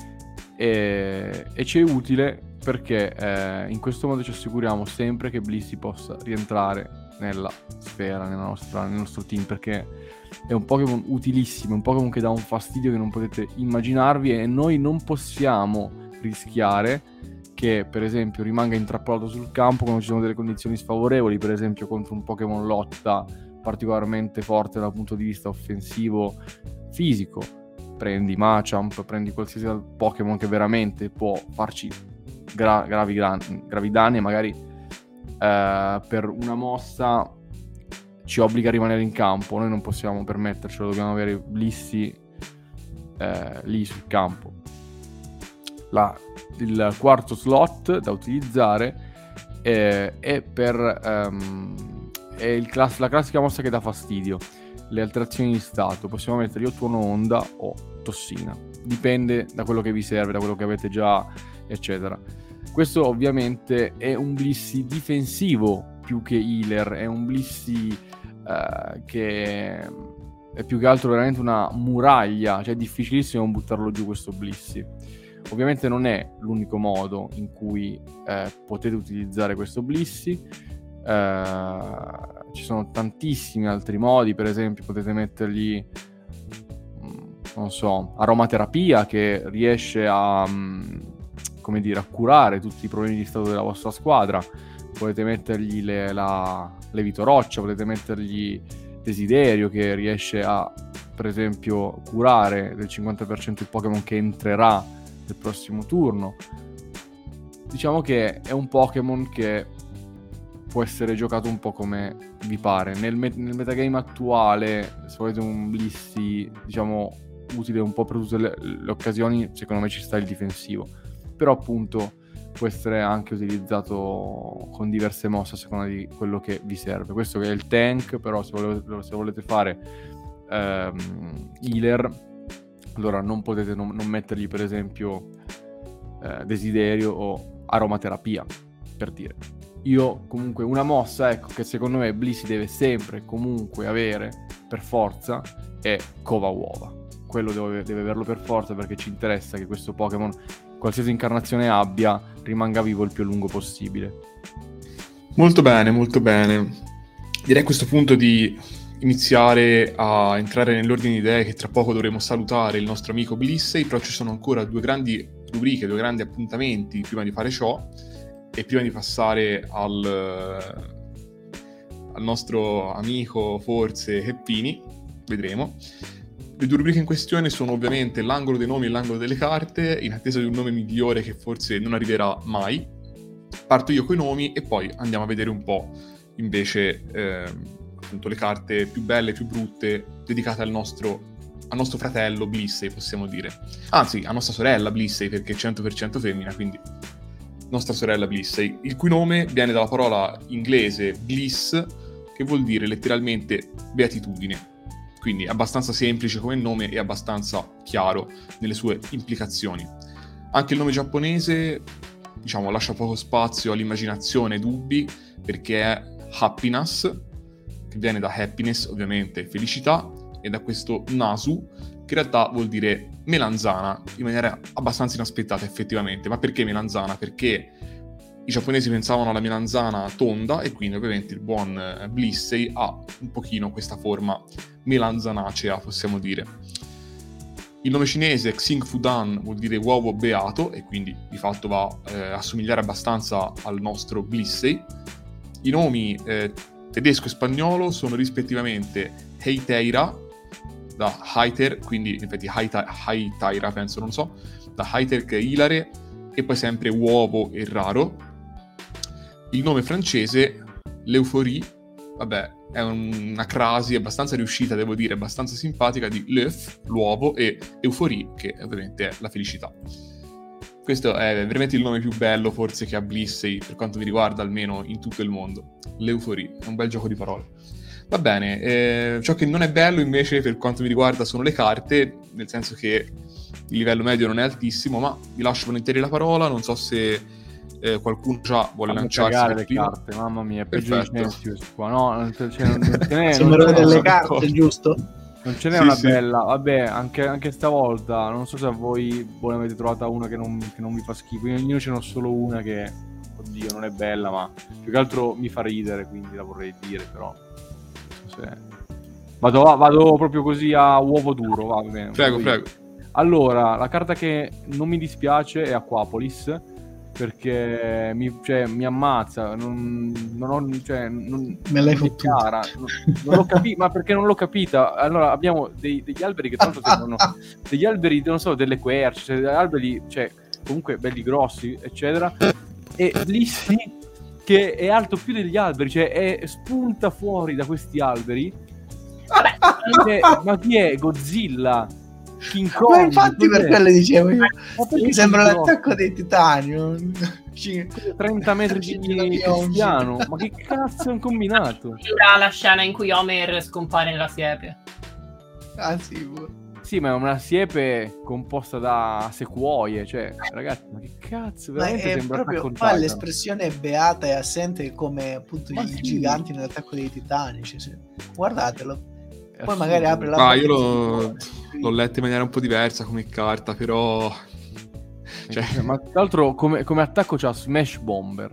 e ci è utile perché in questo modo ci assicuriamo sempre che Blissey possa rientrare nella sfera, nel nostro team, perché è un Pokémon utilissimo, è un Pokémon che dà un fastidio che non potete immaginarvi, e noi non possiamo rischiare che per esempio rimanga intrappolato sul campo quando ci sono delle condizioni sfavorevoli, per esempio contro un Pokémon lotta particolarmente forte dal punto di vista offensivo fisico. Prendi Machamp, prendi qualsiasi Pokémon che veramente può farci gravi danni, e magari per una mossa ci obbliga a rimanere in campo. Noi non possiamo permettercelo, dobbiamo avere Blissey lì sul campo. Il quarto slot da utilizzare è per la classica mossa che dà fastidio, le alterazioni di stato. Possiamo mettergli o Tuono Onda o Tossina, dipende da quello che vi serve, da quello che avete già, eccetera. Questo ovviamente è un Blissey difensivo più che healer, è un Blissey che è più che altro veramente una muraglia, cioè è difficilissimo buttarlo giù questo Blissey. Ovviamente non è l'unico modo in cui potete utilizzare questo Blissey, ci sono tantissimi altri modi. Per esempio potete mettergli, non so, aromaterapia, che riesce a a curare tutti i problemi di stato della vostra squadra. Potete mettergli Levito Roccia, potete mettergli Desiderio, che riesce a, per esempio, curare del 50% il Pokémon che entrerà nel prossimo turno. Diciamo che è un Pokémon che può essere giocato un po' come vi pare. Nel metagame attuale, se volete un Blissey, diciamo, utile un po' per tutte le occasioni, secondo me ci sta il difensivo. Però appunto può essere anche utilizzato con diverse mosse a seconda di quello che vi serve. Questo che è il tank, però se volete fare healer, allora non potete non mettergli per esempio Desiderio o aromaterapia, per dire. Io comunque una mossa, ecco, che secondo me Blissey deve sempre comunque avere per forza è Cova Uova. Quello deve averlo per forza, perché ci interessa che questo Pokémon, qualsiasi incarnazione abbia, rimanga vivo il più a lungo possibile.
Molto bene, molto bene. Direi a questo punto di iniziare a entrare nell'ordine di idee, che tra poco dovremo salutare il nostro amico Blissey, però ci sono ancora due grandi rubriche, due grandi appuntamenti prima di fare ciò, e prima di passare al nostro amico forse Heppini, vedremo. Le due rubriche in questione sono ovviamente l'angolo dei nomi e l'angolo delle carte, in attesa di un nome migliore che forse non arriverà mai. parto io coi nomi e poi andiamo a vedere un po' invece appunto le carte più belle e più brutte dedicate al nostro fratello Blissey, possiamo dire. Anzi, a nostra sorella Blissey, perché è 100% femmina, quindi nostra sorella Blissey, il cui nome viene dalla parola inglese bliss, che vuol dire letteralmente beatitudine. Quindi è abbastanza semplice come nome e abbastanza chiaro nelle sue implicazioni. Anche il nome giapponese, diciamo, lascia poco spazio all'immaginazione e dubbi, perché è Happiness, che viene da happiness, ovviamente, felicità, e da questo nasu, che in realtà vuol dire melanzana, in maniera abbastanza inaspettata effettivamente. Ma perché melanzana? Perché i giapponesi pensavano alla melanzana tonda e quindi ovviamente il buon Blissey ha un pochino questa forma melanzanacea, possiamo dire. Il nome cinese Xing Fudan vuol dire uovo beato e quindi di fatto va a somigliare abbastanza al nostro Blissey. I nomi tedesco e spagnolo sono rispettivamente Heiteira, da Heiter, quindi in effetti Heiteira penso, non so, da Heiter che è ilare, e poi sempre uovo e raro. Il nome francese, l'Euphorie, vabbè, è una crasi abbastanza riuscita, devo dire, abbastanza simpatica di l'œuf, l'uovo, e Euphorie, che ovviamente è la felicità. Questo è veramente il nome più bello forse che ha Blissey, per quanto mi riguarda, almeno in tutto il mondo. L'Euphorie, è un bel gioco di parole. Va bene, ciò che non è bello invece per quanto mi riguarda sono le carte, nel senso che il livello medio non è altissimo, ma vi lascio volentieri la parola, non so se qualcuno già vuole lanciarsi per
le
prima.
carte, mamma mia, è peggio di Censius qua, no? Non ce n'è,
sembrano delle carte, giusto?
Non ce n'è una bella, vabbè, anche stavolta, non so se a voi ne avete trovata una che non vi fa schifo, io ce n'ho solo una che, oddio, non è bella, ma più che altro mi fa ridere, quindi la vorrei dire, però vado proprio così a uovo duro, va bene.
Prego.
Allora, la carta che non mi dispiace è Aquapolis, perché mi ammazza,
me l'hai fottuta.
Non l'ho capita, ma perché non l'ho capita? Allora, abbiamo degli alberi che tra l'altro sembrano degli alberi, non so, delle querce, alberi, cioè, comunque belli grossi, eccetera, e Blissey che è alto più degli alberi, cioè spunta fuori da questi alberi. Ma chi è? Godzilla? King Kong?
Ma infatti per quello dicevo io, mi sembra
così
l'attacco dei titani,
30 metri di cristiano, ma che cazzo hanno combinato?
La scena in cui Homer scompare nella siepe.
Ah sì,
sì, ma è una siepe composta da sequoie, cioè ragazzi, ma che cazzo, veramente sembra
proprio qua l'espressione è beata e assente come appunto i giganti nell'attacco dei titani, cioè, guardatelo. Poi magari apre la
io l'ho letta in maniera un po' diversa come carta, però
cioè... ma tra l'altro come attacco c'ha Smash Bomber.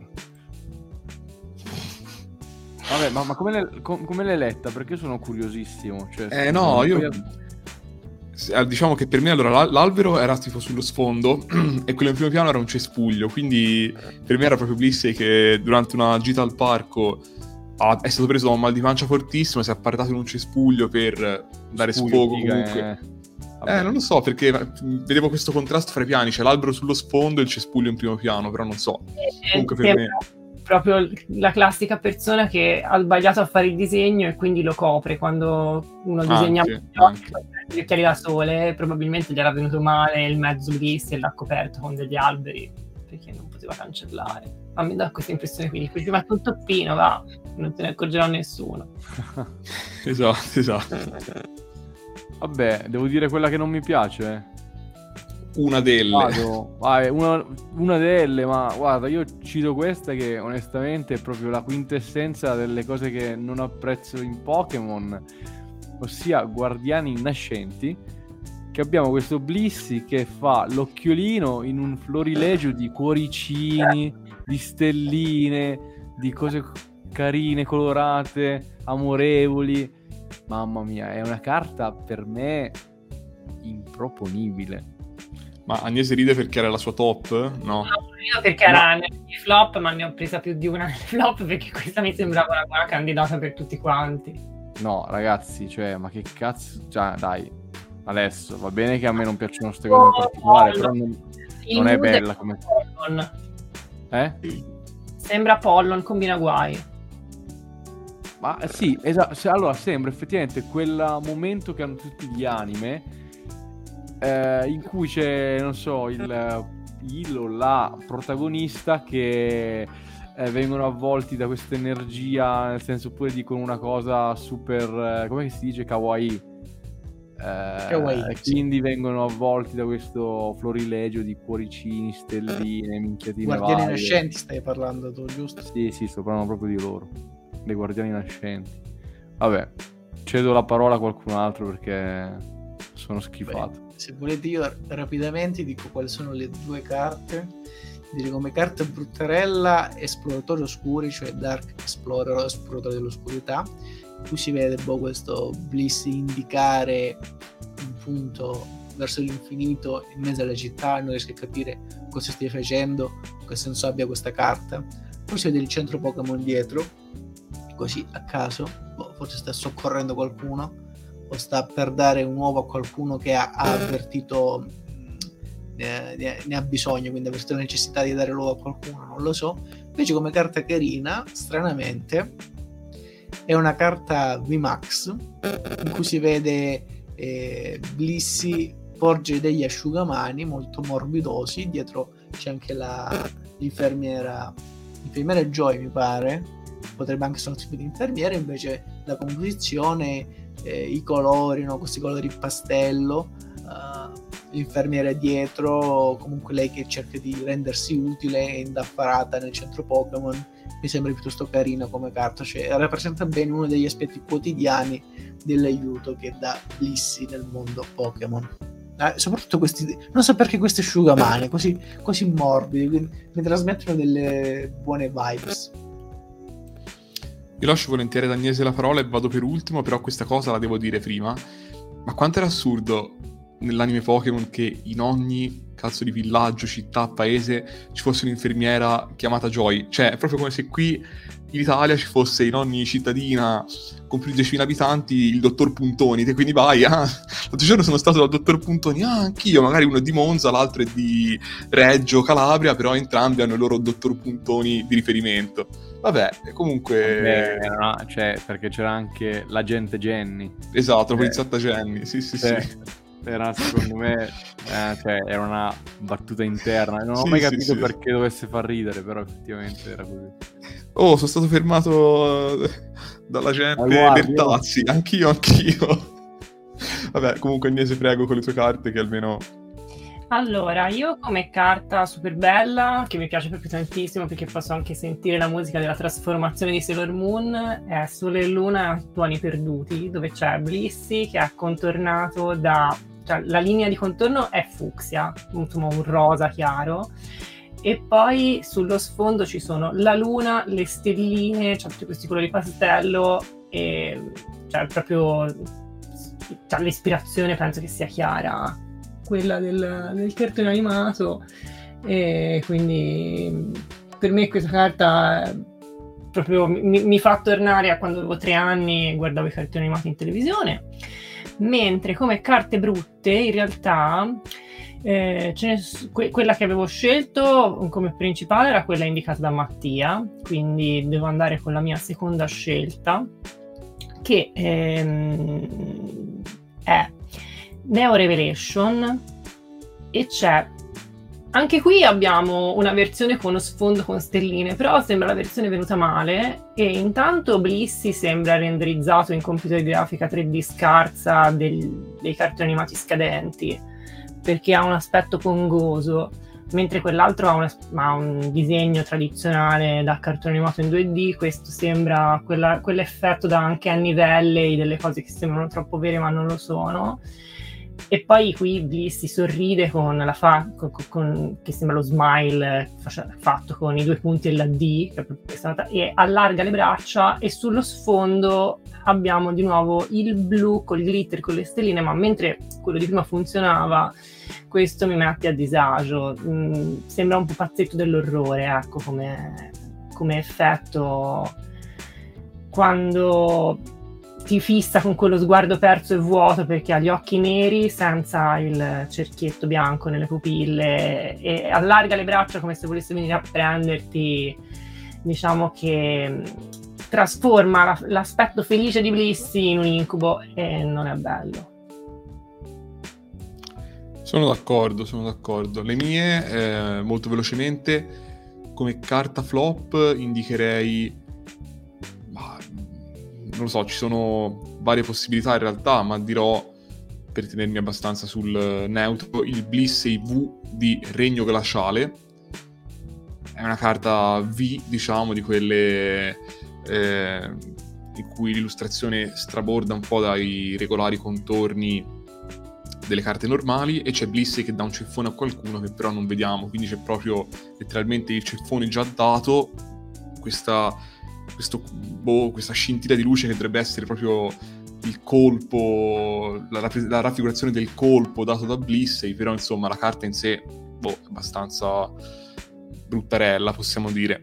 Vabbè, ma come l'hai letta? Perché sono curiosissimo, cioè,
no, io diciamo che per me allora l'albero era tipo sullo sfondo e quello in primo piano era un cespuglio, quindi per me era proprio Blissey che durante una gita al parco è stato preso da un mal di pancia fortissimo e si è appartato in un cespuglio per dare sfogo comunque. Non lo so, perché vedevo questo contrasto fra i piani, c'è l'albero sullo sfondo e il cespuglio in primo piano, però non so. Comunque per me
proprio la classica persona che ha sbagliato a fare il disegno e quindi lo copre quando uno disegna gli occhiali da sole, probabilmente gli era venuto male il mezzo Blissey e l'ha coperto con degli alberi perché non poteva cancellare. A me dà questa impressione, quindi ti metto un toppino, va, non te ne accorgerà nessuno.
esatto.
Vabbè, devo dire quella che non mi piace.
Una delle.
Vai, una delle, ma guarda, io cito questa che onestamente è proprio la quintessenza delle cose che non apprezzo in Pokémon, ossia Guardiani Nascenti, che abbiamo questo Blissey che fa l'occhiolino in un florilegio di cuoricini, di stelline, di cose carine, colorate, amorevoli. Mamma mia, è una carta per me improponibile.
Ma Agnese ride perché era la sua top? No,
io perché era nel flop, ma ne ho presa più di una nel flop perché questa mi sembrava una buona candidata per tutti quanti.
No, ragazzi, cioè, ma che cazzo, cioè, dai, adesso, va bene che a me non piacciono queste cose in particolare, però non è bella come...
Sembra Pollon, combina guai.
Ma sì, esatto. Allora sembra effettivamente quel momento che hanno tutti gli anime, in cui c'è, non so, il o la protagonista che vengono avvolti da questa energia, nel senso, oppure dicono una cosa super, come si dice, kawaii. Quindi vengono avvolti da questo florilegio di cuoricini, stelline, minchiatine
Guardiani
varie.
nascenti stai parlando tu, giusto?
Sì, sto parlando proprio di loro, dei guardiani nascenti. Vabbè, cedo la parola a qualcun altro perché sono schifato.
Beh, se volete io rapidamente dico quali sono le due carte. Direi come carta bruttarella Esploratori Oscuri, cioè Dark Explorer o Esploratore dell'Oscurità. Qui si vede questo Bliss indicare un punto verso l'infinito in mezzo alla città, non riesco a capire cosa stia facendo, che senso abbia questa carta. Poi si vede il centro Pokémon dietro, così a caso, forse sta soccorrendo qualcuno o sta per dare un uovo a qualcuno che ha avvertito ne ha bisogno, quindi ha avvertito la necessità di dare l'uovo a qualcuno, non lo so. Invece come carta carina, stranamente, è una carta VMAX in cui si vede Blissey porge degli asciugamani molto morbidosi, dietro c'è anche l'infermiera Joy, mi pare, potrebbe anche essere un tipo di infermiera. Invece la composizione, i colori, no? Questi colori pastello, l'infermiera dietro, comunque lei che cerca di rendersi utile e indaffarata nel centro Pokémon, mi sembra piuttosto carina come carta, cioè rappresenta bene uno degli aspetti quotidiani dell'aiuto che dà Blissey nel mondo Pokémon. Soprattutto questi, non so perché questi asciugamani così morbidi mi trasmettono delle buone vibes.
Io lascio volentieri ad Agnese la parola e vado per ultimo, però questa cosa la devo dire prima. Ma quanto era assurdo nell'anime Pokémon che in ogni cazzo di villaggio, città, paese ci fosse un'infermiera chiamata Joy. Cioè è proprio come se qui in Italia ci fosse in ogni cittadina con più di 10.000 abitanti il dottor Puntoni. Te quindi vai, l'altro giorno sono stato dal dottor Puntoni, anch'io, magari uno è di Monza, l'altro è di Reggio Calabria, però entrambi hanno il loro dottor Puntoni di riferimento. Vabbè, comunque...
cioè, perché c'era anche l'agente Jenny.
Esatto, la poliziotta Jenny, sì.
Era, secondo me, era una battuta interna. Non ho mai capito perché dovesse far ridere, però effettivamente era così.
Oh, sono stato fermato dalla gente Bertazzi, anch'io. Vabbè, comunque Agnese, prego, con le tue carte che almeno...
Allora, io come carta super bella, che mi piace proprio tantissimo perché posso anche sentire la musica della trasformazione di Sailor Moon, è Sole e Luna Tuoni Perduti, dove c'è Blissey che è contornato cioè la linea di contorno è fucsia, insomma un rosa chiaro, e poi sullo sfondo ci sono la luna, le stelline, cioè tutti questi colori pastello, e cioè proprio cioè, l'ispirazione penso che sia chiara, quella del cartone animato, e quindi per me questa carta proprio mi fa tornare a quando avevo 3 anni e guardavo i cartoni animati in televisione. Mentre come carte brutte in realtà quella che avevo scelto come principale era quella indicata da Mattia, quindi devo andare con la mia seconda scelta, che è Neo Revelation, e c'è anche qui abbiamo una versione con uno sfondo con stelline, però sembra la versione venuta male, e intanto Blissey sembra renderizzato in computer grafica 3D scarsa dei cartoni animati scadenti, perché ha un aspetto congoso, mentre quell'altro ha un disegno tradizionale da cartone animato in 2D. Questo sembra quell'effetto da Uncanny Valley, delle cose che sembrano troppo vere ma non lo sono. E poi qui Blissey sorride con che sembra lo smile fatto con i 2 punti e la D, e allarga le braccia, e sullo sfondo abbiamo di nuovo il blu con il glitter, con le stelline, ma mentre quello di prima funzionava, questo mi mette a disagio. Sembra un pupazzetto dell'orrore, ecco, come effetto, quando ti fissa con quello sguardo perso e vuoto perché ha gli occhi neri senza il cerchietto bianco nelle pupille, e allarga le braccia come se volesse venire a prenderti, diciamo che trasforma l'aspetto felice di Blissey in un incubo e non è bello.
Sono d'accordo. Le mie, molto velocemente, come carta flop indicherei, non lo so, ci sono varie possibilità in realtà, ma dirò, per tenermi abbastanza sul neutro, il Blissey V di Regno Glaciale. È una carta V, diciamo, di quelle in cui l'illustrazione straborda un po' dai regolari contorni delle carte normali, e c'è Blissey che dà un ceffone a qualcuno che però non vediamo, quindi c'è proprio letteralmente il ceffone già dato, questa scintilla di luce che dovrebbe essere proprio il colpo, la raffigurazione del colpo dato da Blissey, però insomma la carta in sé è abbastanza bruttarella, possiamo dire.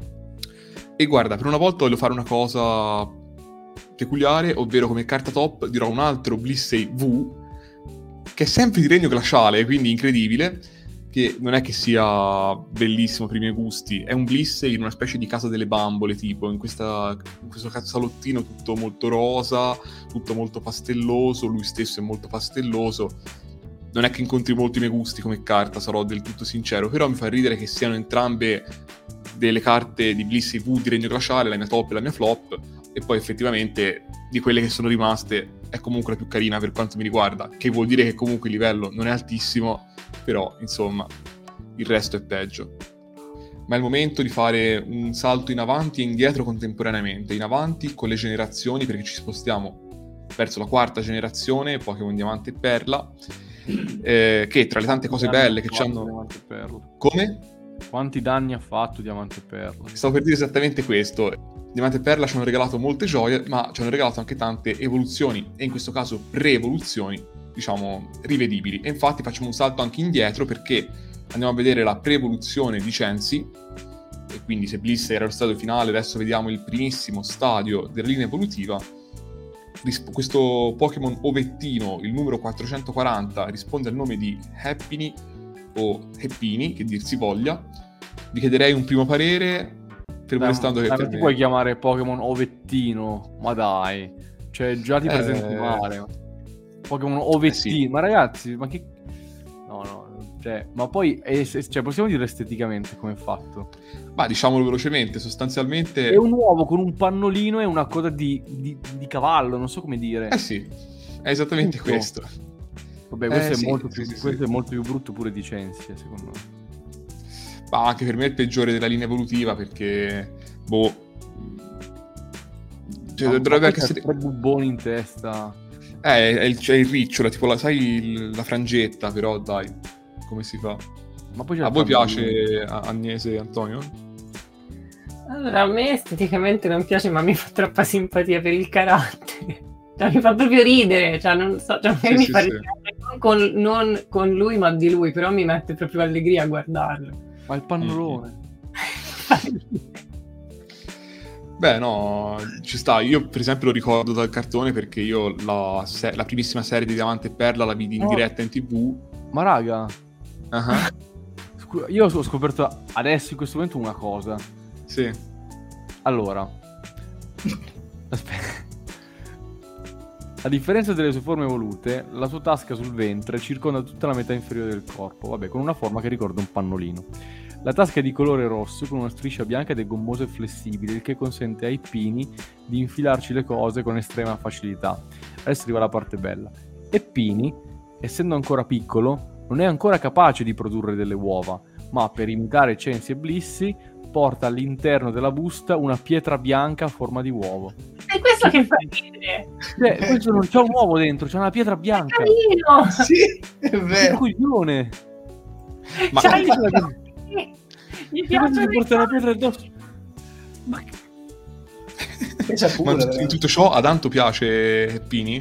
E guarda, per una volta voglio fare una cosa peculiare, ovvero come carta top dirò un altro Blissey V, che è sempre di Regno Glaciale, quindi incredibile, che non è che sia bellissimo per i miei gusti, è un Blissey in una specie di casa delle bambole, tipo, in questo salottino tutto molto rosa, tutto molto pastelloso, lui stesso è molto pastelloso. Non è che incontri molti miei gusti come carta, sarò del tutto sincero, però mi fa ridere che siano entrambe delle carte di Blissey V di Regno Glaciale, la mia top e la mia flop, e poi effettivamente di quelle che sono rimaste è comunque la più carina per quanto mi riguarda, che vuol dire che comunque il livello non è altissimo, però insomma il resto è peggio. Ma è il momento di fare un salto in avanti e indietro contemporaneamente, in avanti con le generazioni, perché ci spostiamo verso la quarta generazione, Pokémon Diamante e Perla, che tra le tante cose belle che ci hanno...
Diamante e Perla.
Come?
Quanti danni ha fatto Diamante e Perla?
Stavo per dire esattamente questo. Diamante e Perla ci hanno regalato molte gioie, ma ci hanno regalato anche tante evoluzioni, e in questo caso pre-evoluzioni, diciamo, rivedibili. E infatti facciamo un salto anche indietro, perché andiamo a vedere la pre-evoluzione di Chansey, e quindi se Blissey era lo stadio finale, adesso vediamo il primissimo stadio della linea evolutiva. Questo Pokémon ovettino, il numero 440, risponde al nome di Happiny o Happiny, che dir si voglia. Vi chiederei un primo parere, fermo restando che per
ti
me...
puoi chiamare Pokémon ovettino, ma dai, cioè già ti presenti male. Pokémon ovettino,
sì.
Ma ragazzi, ma che... No, cioè, ma poi, cioè, possiamo dire esteticamente come è fatto?
Ma diciamolo velocemente, sostanzialmente...
È un uovo con un pannolino e una coda di cavallo, non so come dire.
Sì, è esattamente questo.
Vabbè, questo è
sì,
molto
sì,
più,
sì,
questo
sì.
è molto più brutto pure di Chansey, secondo me.
Ma anche per me è il peggiore della linea evolutiva, perché cioè, dovrebbe anche essere...
tre bubboni in testa.
C'è il ricciolo, tipo sai la frangetta, però dai, come si fa?
Ma poi c'è
A
il
voi
pannolino.
piace Agnese e Antonio?
Allora, a me esteticamente non piace, ma mi fa troppa simpatia per il carattere. Cioè, mi fa proprio ridere, cioè non so, cioè,
Sì,
mi
sì,
fa
sì.
ridere non con lui, ma di lui, però mi mette proprio allegria a guardarlo.
Ma il pannolone.
Beh, no, ci sta. Io, per esempio, lo ricordo dal cartone perché io la primissima serie di Diamante e Perla la vidi in diretta in TV.
Ma raga,
Ah,
io ho scoperto adesso in questo momento una cosa.
sì.
Allora, aspetta. A differenza delle sue forme evolute, la sua tasca sul ventre circonda tutta la metà inferiore del corpo, vabbè, con una forma che ricorda un pannolino. La tasca è di colore rosso con una striscia bianca ed è gommosa e flessibile, il che consente ai pini di infilarci le cose con estrema facilità. Adesso arriva la parte bella. E Pini, essendo ancora piccolo, non è ancora capace di produrre delle uova, ma per imitare Chansey e Blissey porta all'interno della busta una pietra bianca a forma di uovo.
È questo che fa ridere.
Cioè, questo non c'è un uovo dentro, c'è una pietra bianca.
Carino.
Sì, è
Che
vero.
coglione!
Ma
C'hai
Che
gli
cosa
piace
si porta una pietra addosso? Ma che...
Pensa pure,
ma in tutto ciò ad Anto piace Pini?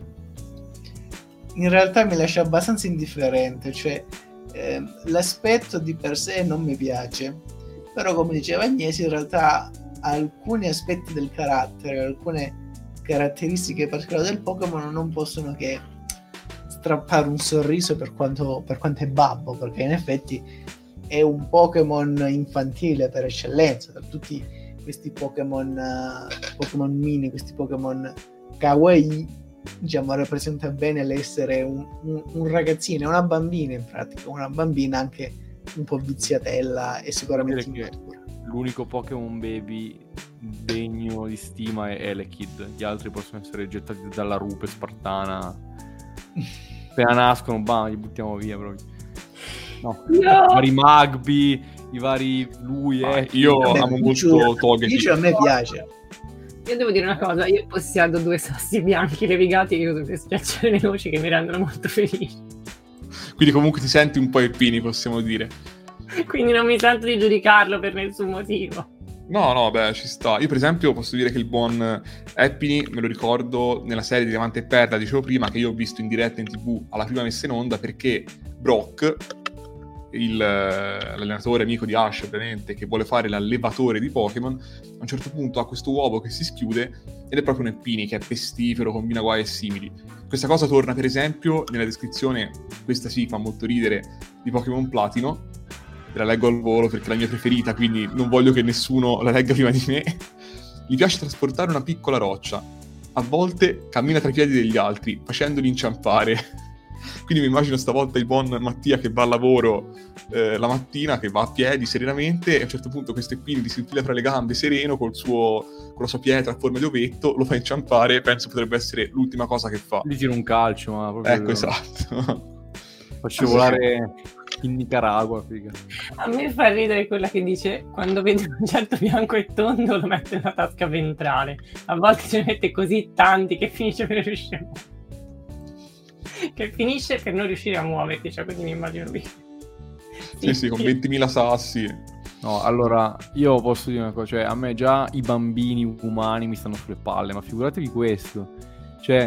in realtà mi lascia abbastanza indifferente, cioè l'aspetto di per sé non mi piace, però come diceva Agnese in realtà alcuni aspetti del carattere, alcune caratteristiche particolari del Pokémon non possono che strappare un sorriso per quanto è babbo, perché in effetti è un Pokémon infantile per eccellenza, tra tutti questi Pokémon mini, questi Pokémon kawaii, diciamo, rappresenta bene l'essere un ragazzino, una bambina in pratica, una bambina anche un po' viziatella e sicuramente immatura.
L'unico Pokémon baby degno di stima è Elekid, gli altri possono essere gettati dalla rupe spartana, appena nascono, bam, li buttiamo via proprio. No. I vari Magby, i vari lui,
io amo molto Togepi.
A me piace.
Io devo dire una cosa, io possiedo 2 sassi bianchi levigati che uso per schiacciare le voci, che mi rendono molto felice.
Quindi comunque ti senti un po' Eppini, possiamo dire.
Quindi non mi sento di giudicarlo per nessun motivo.
No, beh, ci sta. Io per esempio posso dire che il buon Eppini me lo ricordo nella serie di Diamante e Perla, dicevo prima, che io ho visto in diretta in TV alla prima messa in onda, perché Brock, l'allenatore amico di Ash ovviamente, che vuole fare l'allevatore di Pokémon, a un certo punto ha questo uovo che si schiude ed è proprio un Eppini che è pestifero, combina guai e simili. Questa cosa torna per esempio nella descrizione, questa sì fa molto ridere, di Pokémon Platino. Te la leggo al volo perché è la mia preferita, quindi non voglio che nessuno la legga prima di me. Gli piace trasportare una piccola roccia, a volte cammina tra i piedi degli altri facendoli inciampare. Quindi mi immagino stavolta il buon Mattia che va al lavoro la mattina, che va a piedi serenamente, e a un certo punto questo Eppini gli si infila fra le gambe sereno con la sua pietra a forma di ovetto, lo fa inciampare, penso potrebbe essere l'ultima cosa che fa.
Gli tira un calcio, ma proprio
ecco, esatto.
Faccio volare in Nicaragua, figa.
A me fa ridere quella che dice: quando vede un oggetto bianco e tondo lo mette nella tasca ventrale. A volte ce ne mette così tanti che finisce per non riuscire a muoverti, cioè, quindi mi immagino lì.
Sì, con 20.000 sassi.
No, allora, io posso dire una cosa, cioè, a me già i bambini umani mi stanno sulle palle, ma figuratevi questo. Cioè,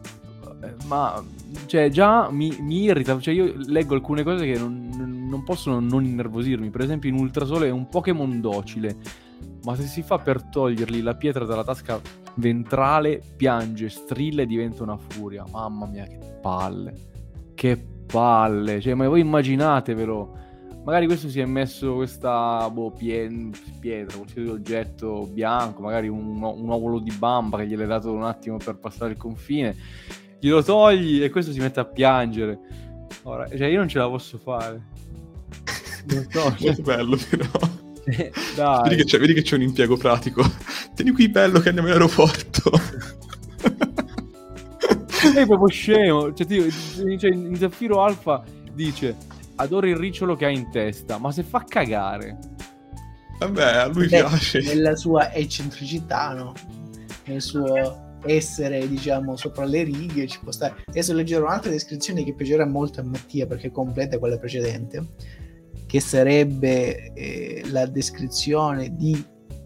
già mi irrita, cioè io leggo alcune cose che non possono non innervosirmi. Per esempio in Ultrasole è un Pokémon docile, ma se si fa per togliergli la pietra dalla tasca ventrale piange, strilla e diventa una furia. Mamma mia, che palle, cioè, ma voi immaginatevelo, magari questo si è messo questa pietra, qualsiasi oggetto bianco, magari un ovolo di bamba che gliel'hai dato un attimo per passare il confine, glielo togli e questo si mette a piangere. Ora, cioè io non ce la posso fare. Non so,
molto bello però.
Dai.
Vedi che c'è un impiego pratico. Tieni qui, bello, che andiamo in aeroporto.
Sei proprio scemo. Cioè, in Zaffiro Alfa dice: adoro il ricciolo che ha in testa, ma se fa cagare.
Vabbè, a lui piace.
Nella sua eccentricità, no? Nel suo essere, diciamo, sopra le righe ci può stare. Adesso leggerò un'altra descrizione che piacerà molto a Mattia perché completa quella precedente, che sarebbe la descrizione di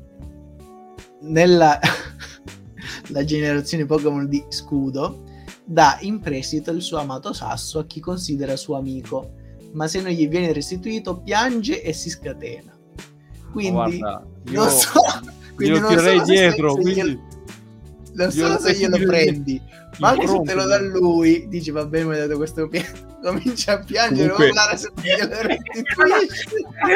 nella la generazione Pokémon di Scudo: dà in prestito il suo amato sasso a chi considera suo amico, ma se non gli viene restituito piange e si scatena. Quindi non so, quindi
lo tirerei dietro,
non solo se glielo prendi, ma anche se te lo dà lui, dici va bene, mi hai dato questo piano, comincia a piangere, urlare se glielo restituisci.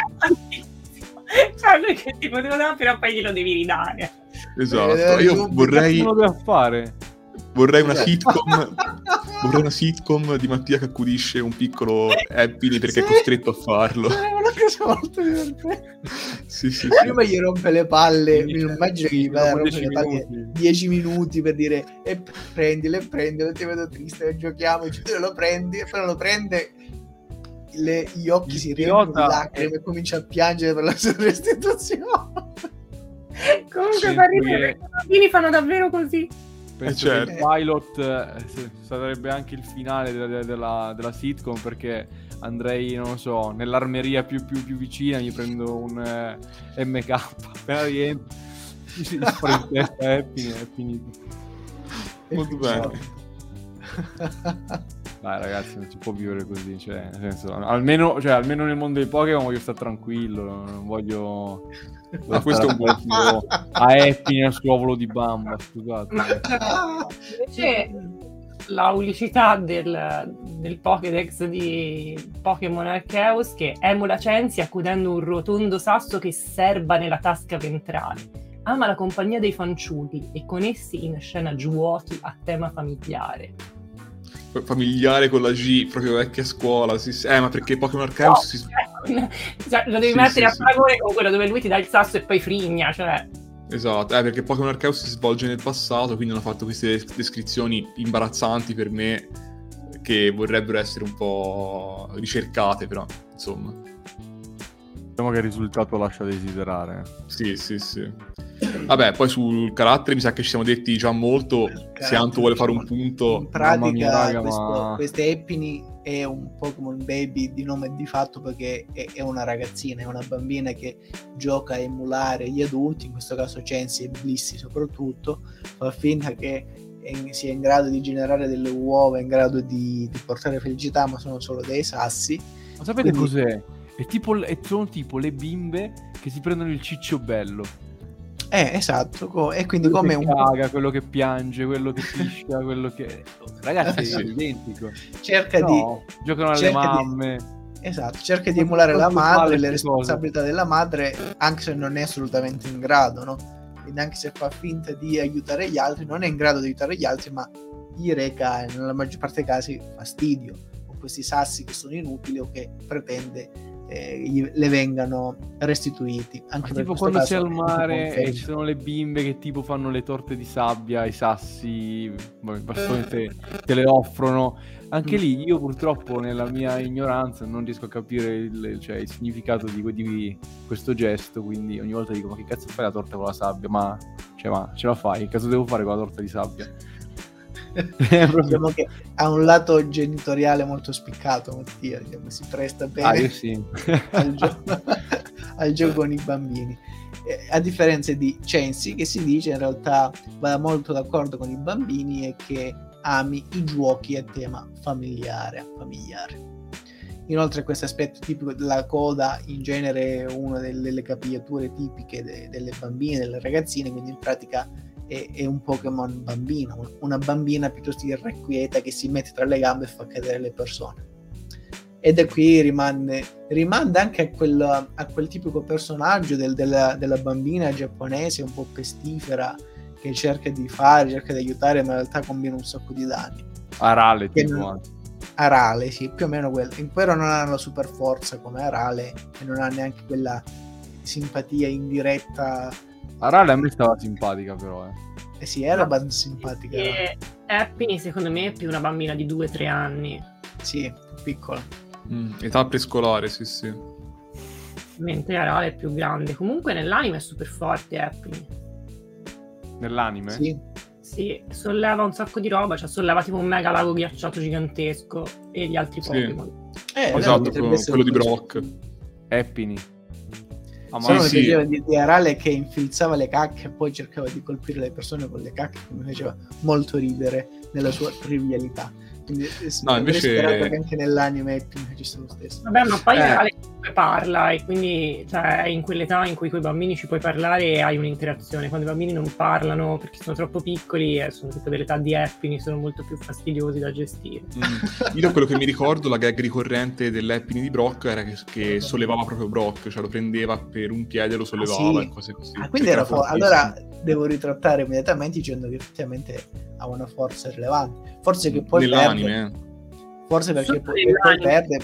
Cioè lui che tipo te lo dà, però poi glielo devi ridare.
Esatto, io vorrei una sitcom di Mattia che accudisce un piccolo Eppini perché è costretto a farlo.
È una cosa molto divertente.
Sì.
Prima gli rompe le palle, mi immagino che gli rompe le palle 10 minuti per dire e prendilo, ti vedo triste, giochiamo, te lo prendi, e poi lo prende, gli occhi si riempiono di lacrime e comincia a piangere per la sua restituzione.
Comunque fa ridere perché i bambini fanno davvero così.
Penso che il pilot sarebbe anche il finale della sitcom, perché andrei, non lo so, nell'armeria più vicina, gli prendo un MK, appena rientro si spara in testa è finito.
Molto bene.
Dai ragazzi, non si può vivere così, cioè, nel senso, almeno nel mondo dei Pokémon voglio stare tranquillo, non voglio
questo è un buon
punto a Eppini al suo ovolo di bamba, scusate.
Ma invece l'aulicità del Pokédex di Pokémon Arceus che emula Censi accudendo un rotondo sasso che serba nella tasca ventrale. Ama la compagnia dei fanciulli e con essi in scena giochi a tema familiare.
Familiare con la G, proprio vecchia scuola. Ma perché Pokémon Arceus
cioè, lo devi mettere a paragone con quello dove lui ti dà il sasso e poi frigna, cioè...
Esatto, perché Pokémon Arceus si svolge nel passato, quindi hanno fatto queste descrizioni imbarazzanti per me, che vorrebbero essere un po' ricercate, però, insomma.
Diciamo che il risultato lascia desiderare.
Sì. Vabbè, poi sul carattere mi sa che ci siamo detti già molto. Se Anto vuole fare un punto...
In pratica,
mia, raga,
queste Epini è un Pokémon Baby di nome e di fatto, perché è una ragazzina, è una bambina che gioca a emulare gli adulti, in questo caso Censi e Blissey soprattutto, fa finta che sia in grado di generare delle uova, in grado di portare felicità, ma sono solo dei sassi.
Ma sapete cos'è? Sono tipo le bimbe che si prendono il ciccio bello.
Esatto, e quindi
quello
come
che caga, quello che piange, quello che piscia, quello che... Ragazzi, è identico. Giocano alle mamme.
Esatto, cerca di emulare la madre, le responsabilità della madre, anche se non è assolutamente in grado, no? Quindi anche se fa finta di aiutare gli altri, non è in grado di aiutare gli altri, ma gli reca, nella maggior parte dei casi, fastidio, con questi sassi che sono inutili o che pretende le vengano restituiti. Anche
tipo quando sei al mare e ci sono le bimbe che tipo fanno le torte di sabbia, i sassi, te le offrono. Anche lì io purtroppo nella mia ignoranza non riesco a capire il significato di questo gesto, quindi ogni volta dico: ma che cazzo fai la torta con la sabbia? Ma ce la fai? Che cazzo devo fare con la torta di sabbia?
Diciamo che ha un lato genitoriale molto spiccato, Mattia, diciamo, si presta bene al gioco con i bambini, a differenza di Censi, che si dice in realtà va molto d'accordo con i bambini e che ami i giochi a tema familiare. Inoltre questo aspetto tipico della coda in genere è una delle capigliature tipiche delle bambine, delle ragazzine, quindi in pratica è un Pokémon bambino, una bambina piuttosto irrequieta che si mette tra le gambe e fa cadere le persone. Ed è qui rimanda anche a quel tipico personaggio della bambina giapponese un po' pestifera che cerca di aiutare, ma in realtà combina un sacco di danni.
Arale, tipo.
Arale, sì, più o meno quello. Però non ha la super forza come Arale e non ha neanche quella simpatia indiretta.
Arale a me stava simpatica, però.
Sì, era abbastanza simpatica.
E Happy secondo me è più una bambina di 2-3 anni.
Sì, piccola.
Età prescolare, sì.
Mentre Arale è più grande. Comunque nell'anime è super forte Happy.
Nell'anime?
Sì, solleva un sacco di roba, cioè solleva tipo un mega lago ghiacciato gigantesco e gli altri Pokémon.
Esatto, quello di Brock.
Happy.
Solo mi piaceva di Arale che infilzava le cacche e poi cercava di colpire le persone con le cacche, che mi faceva molto ridere nella sua trivialità. Quindi invece che anche nell'anime ci sia lo stesso.
Vabbè, ma poi Arale parla e quindi cioè, in quell'età in cui coi bambini ci puoi parlare e hai un'interazione. Quando i bambini non parlano perché sono troppo piccoli e sono tipo dell'età di Happy, sono molto più fastidiosi da gestire.
Io da quello che mi ricordo, la gag ricorrente dell'Happy di Brock era che sollevava proprio Brock, cioè lo prendeva per un piede e lo sollevava e cose così.
Quindi era allora devo ritrattare immediatamente dicendo che effettivamente ha una forza rilevante. Forse che poi
nell'anime,
forse perché poi perde,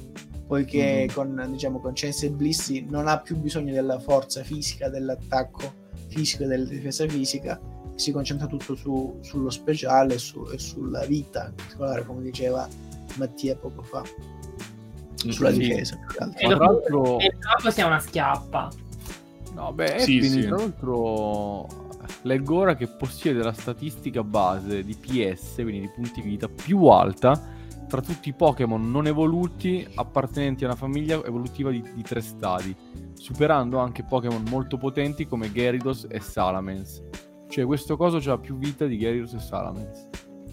poiché con Censi e Blissey non ha più bisogno della forza fisica, dell'attacco fisico e della difesa fisica, si concentra tutto sullo speciale e sulla vita, in particolare, come diceva Mattia poco fa, sulla difesa.
E dopo sia una schiappa.
No, Happy, tra l'altro leggo ora che possiede la statistica base di PS, quindi di punti vita, più alta tra tutti i Pokémon non evoluti appartenenti a una famiglia evolutiva di 3 stadi, superando anche Pokémon molto potenti come Gyarados e Salamence. Cioè questo coso c'ha più vita di Gyarados e Salamence.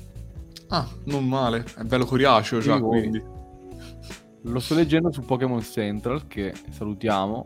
Non male, è bello coriaceo già, quindi.
Lo sto leggendo su Pokémon Central, che salutiamo.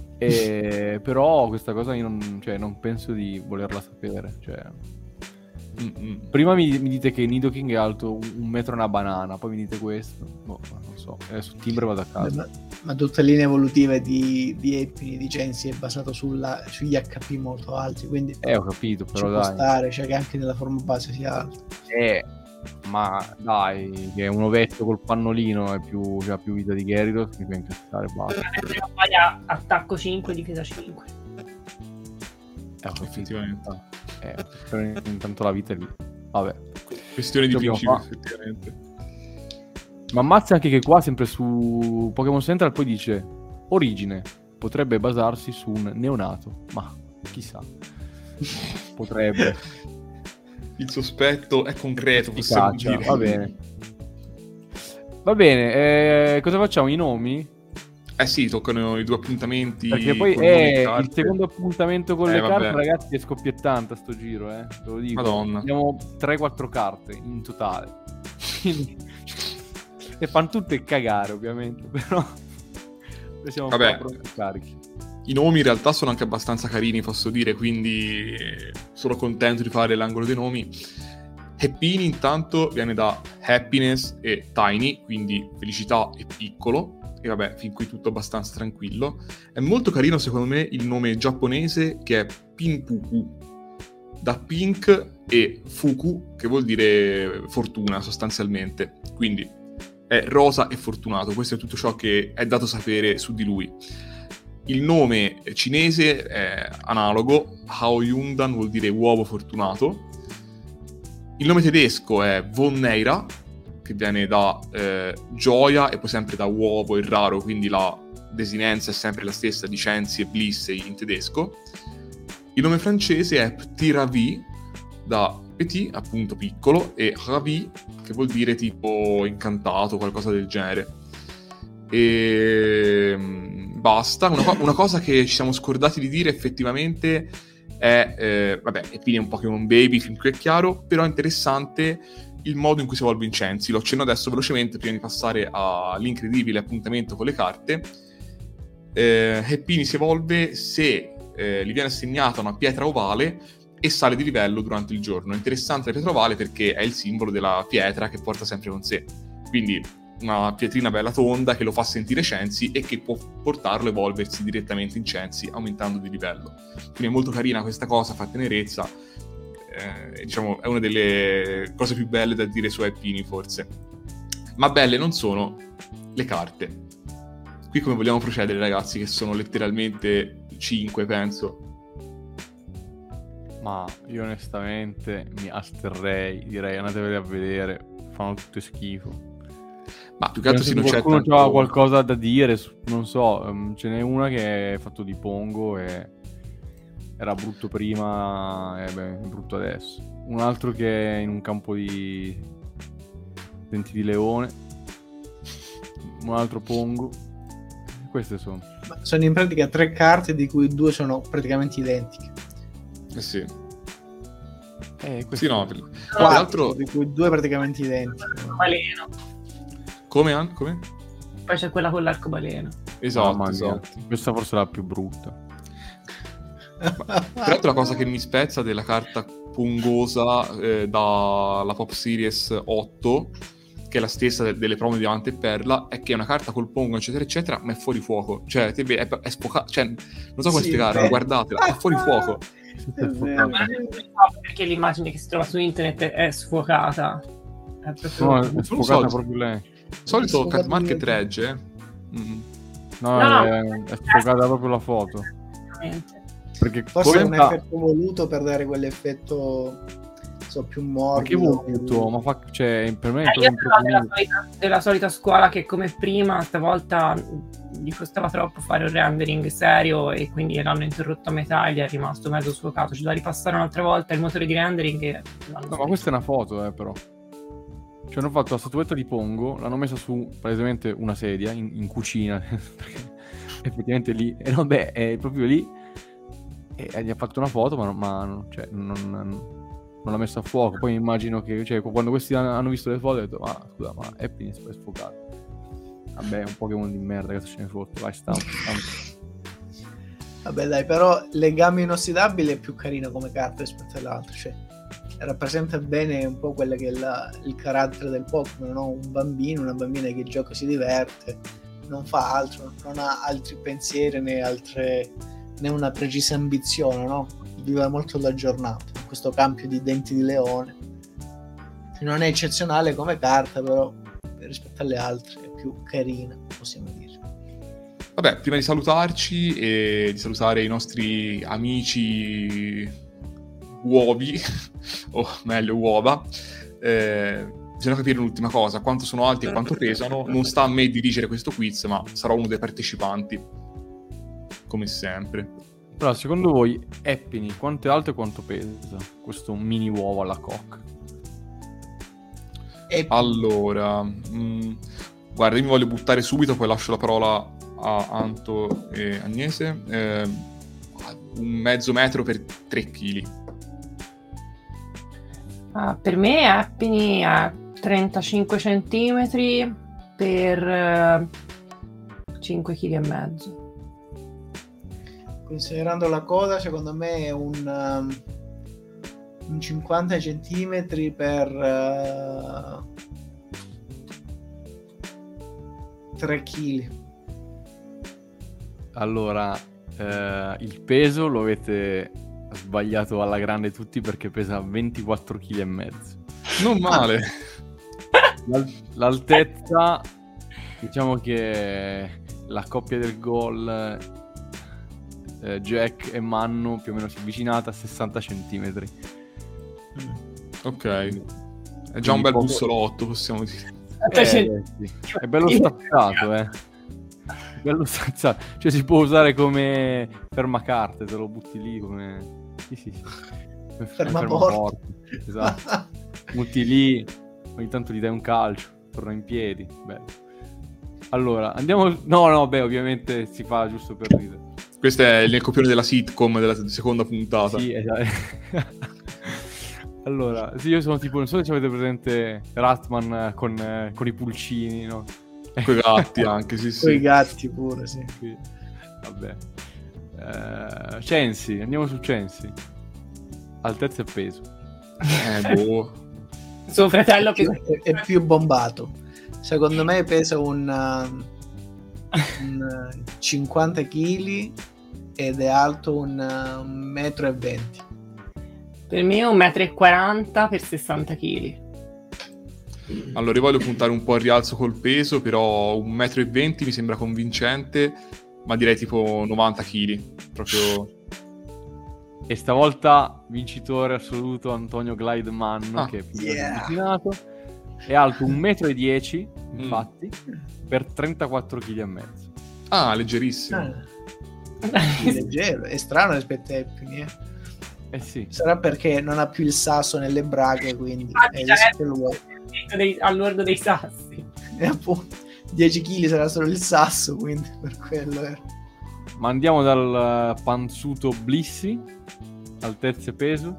Però questa cosa io non penso di volerla sapere, Prima mi dite che Nidoking è alto 1 metro e una banana, poi mi dite questo. Boh, non so. Su Timbre vado a casa.
Ma tutta linea evolutiva di Epini, di Censi è basato sugli HP molto alti, quindi
Ho capito, però
ci può stare, cioè che anche nella forma base sia alto.
Ma dai, che uno vecchio col pannolino è c'ha più vita di Gyarados, mi fa incazzare, basta.
Poi attacco 5, difesa 5.
Effettivamente.
Intanto la vita è lì. Vabbè.
Questione di principio, effettivamente.
Ma ammazza anche che qua, sempre su Pokémon Central, poi dice origine potrebbe basarsi su un neonato, ma chissà. Potrebbe.
Il sospetto è concreto, possiamo dire.
Va bene, cosa facciamo? I nomi?
Sì, toccano i 2 appuntamenti.
Perché poi il secondo appuntamento con le carte, ragazzi, è scoppiettante a sto giro, ve lo dico.
Madonna.
Abbiamo 3-4 carte in totale. E fanno tutte cagare, ovviamente, però siamo carichi.
I nomi in realtà sono anche abbastanza carini, posso dire, quindi sono contento di fare l'angolo dei nomi. Happiny intanto viene da happiness e tiny, quindi felicità e piccolo, e vabbè, fin qui tutto abbastanza tranquillo. È molto carino secondo me il nome giapponese, che è Pinpuku, da pink, e fuku, che vuol dire fortuna sostanzialmente, quindi è rosa e fortunato. Questo è tutto ciò che è dato sapere su di lui. Il nome cinese è analogo, Hao Yundan vuol dire uovo fortunato. Il nome tedesco è Von Neira, che viene da gioia e poi sempre da uovo e raro, quindi la desinenza è sempre la stessa di Censi e Blissey in tedesco. Il nome francese è Petit Ravi, da petit, appunto piccolo, e Ravi, che vuol dire tipo incantato, qualcosa del genere. E basta. Una cosa che ci siamo scordati di dire effettivamente è Epini è un Pokémon Baby, fin qui è chiaro, però è interessante il modo in cui si evolve Censi. Lo accenno adesso velocemente prima di passare all'incredibile appuntamento con le carte. Epini si evolve se gli viene assegnata una pietra ovale e sale di livello durante il giorno. È interessante la pietra ovale perché è il simbolo della pietra che porta sempre con sé, quindi una pietrina bella tonda che lo fa sentire Censi e che può portarlo a evolversi direttamente in Censi aumentando di livello. Quindi è molto carina questa cosa, fa tenerezza, diciamo è una delle cose più belle da dire su Epini forse. Ma belle non sono le carte. Qui come vogliamo procedere, ragazzi, che sono letteralmente 5 penso.
Ma io onestamente mi asterrei, direi andatevele a vedere, fanno tutte schifo.
Ma più che altro se non c'è
qualcuno ha qualcosa da dire, non so, ce n'è una che è fatto di Pongo e era brutto prima e è brutto adesso. Un altro che è in un campo di denti di leone, un altro Pongo. Queste sono.
Sono in pratica 3 carte di cui 2 sono praticamente identiche.
Sì.
Sì,
no,
4 di cui 2 praticamente identiche.
Baleno.
Come?
Poi c'è quella con l'arcobaleno.
Esatto.
Questa forse è la più brutta.
Tra l'altro la cosa che mi spezza della carta pungosa dalla Pop Series 8, che è la stessa delle promo di Diamante e Perla, è che è una carta col Pongo eccetera eccetera, ma è fuori fuoco, cioè è sfocato, cioè non so come spiegarlo, guardatela, è fuori fuoco.
Perché l'immagine che si trova su internet è sfocata.
È sfocata proprio lei.
Solito Cat Market regge.
No, è sfocata proprio la foto. Perché
forse è un effetto voluto per dare quell'effetto più morbido.
Ma che voluto? Ma cioè, per me
io sono della solita scuola che come prima stavolta gli costava troppo fare un rendering serio e quindi l'hanno interrotto a metà e gli è rimasto mezzo sfocato. C'è da ripassare un'altra volta il motore di rendering
no, ma questa è una foto però. Cioè hanno fatto la statuetta di Pongo, l'hanno messa su palesemente una sedia in cucina perché effettivamente lì è proprio lì e gli ha fatto una foto ma cioè, non l'ha messa a fuoco. Poi immagino che quando questi hanno visto le foto hanno detto ma scusa, ma Happiness è sfocato. Vabbè, è un Pokémon di merda, che ce ne fotte, vai stampo.
Vabbè dai, però Legame Inossidabile è più carina come carta rispetto all'altro, cioè rappresenta bene un po' quello che è il carattere del Pokémon, no? Un bambino, una bambina che gioca, si diverte, non fa altro, non ha altri pensieri né una precisa ambizione, no? Vive molto la giornata, questo cambio di denti di leone. Non è eccezionale come carta, però rispetto alle altre è più carina, possiamo dire.
Vabbè, prima di salutarci e di salutare i nostri amici uovi, o meglio uova, bisogna capire l'ultima cosa: quanto sono alti e quanto pesano. Non sta a me dirigere questo quiz, ma sarò uno dei partecipanti, come sempre.
Però secondo voi Happiny quanto è alto e quanto pesa questo mini uovo alla coque?
Allora, guarda, io mi voglio buttare subito, poi lascio la parola a Anto e Agnese. 1,5 metri per 3 kg.
Per me Happiny a 35 centimetri per 5,5 kg.
Considerando la coda, secondo me è un 50 centimetri per 3 kg.
Allora, il peso lo avete sbagliato alla grande tutti, perché pesa 24,5 kg.
Non male.
L'altezza, diciamo che la coppia del gol, Jack e Mannu, più o meno si è avvicinata a 60 centimetri.
Ok, è già un bel bussolotto, possiamo dire.
Sì. È bello stazzato, bello stazzato. Cioè si può usare come fermacarte, te lo butti lì come... Sì.
Fermaporti.
Esatto. Butti lì, ogni tanto gli dai un calcio, torna in piedi. Bello. Allora, andiamo... No, beh, ovviamente si fa giusto per ridere.
Questo è il copione della sitcom della seconda puntata.
Sì, esatto. Allora, sì, io sono tipo, non so se avete presente Ratman con i pulcini, no?
Coi gatti anche, sì.
Coi gatti pure, sì.
Vabbè. Censi, andiamo su Censi. Altezza e peso.
Boh.
Suo fratello
è più bombato. Secondo me pesa un 50 kg ed è alto un 1,20 m.
Per me è 1,40 m per 60 kg.
Allora io voglio puntare un po' al rialzo col peso, però 1,20 m mi sembra convincente, ma direi tipo 90 kg. Proprio...
E stavolta vincitore assoluto Antonio Glideman, che è più avvicinato. È alto 1,10 m, infatti, per 34,5 kg.
Ah, leggerissimo.
Leggero, è strano rispetto a Happiny,
sì.
Sarà perché non ha più il sasso nelle braghe, quindi
al lordo dei sassi.
E appunto 10 kg sarà solo il sasso, quindi per quello
Ma andiamo dal panzuto Blissi, altezza e peso.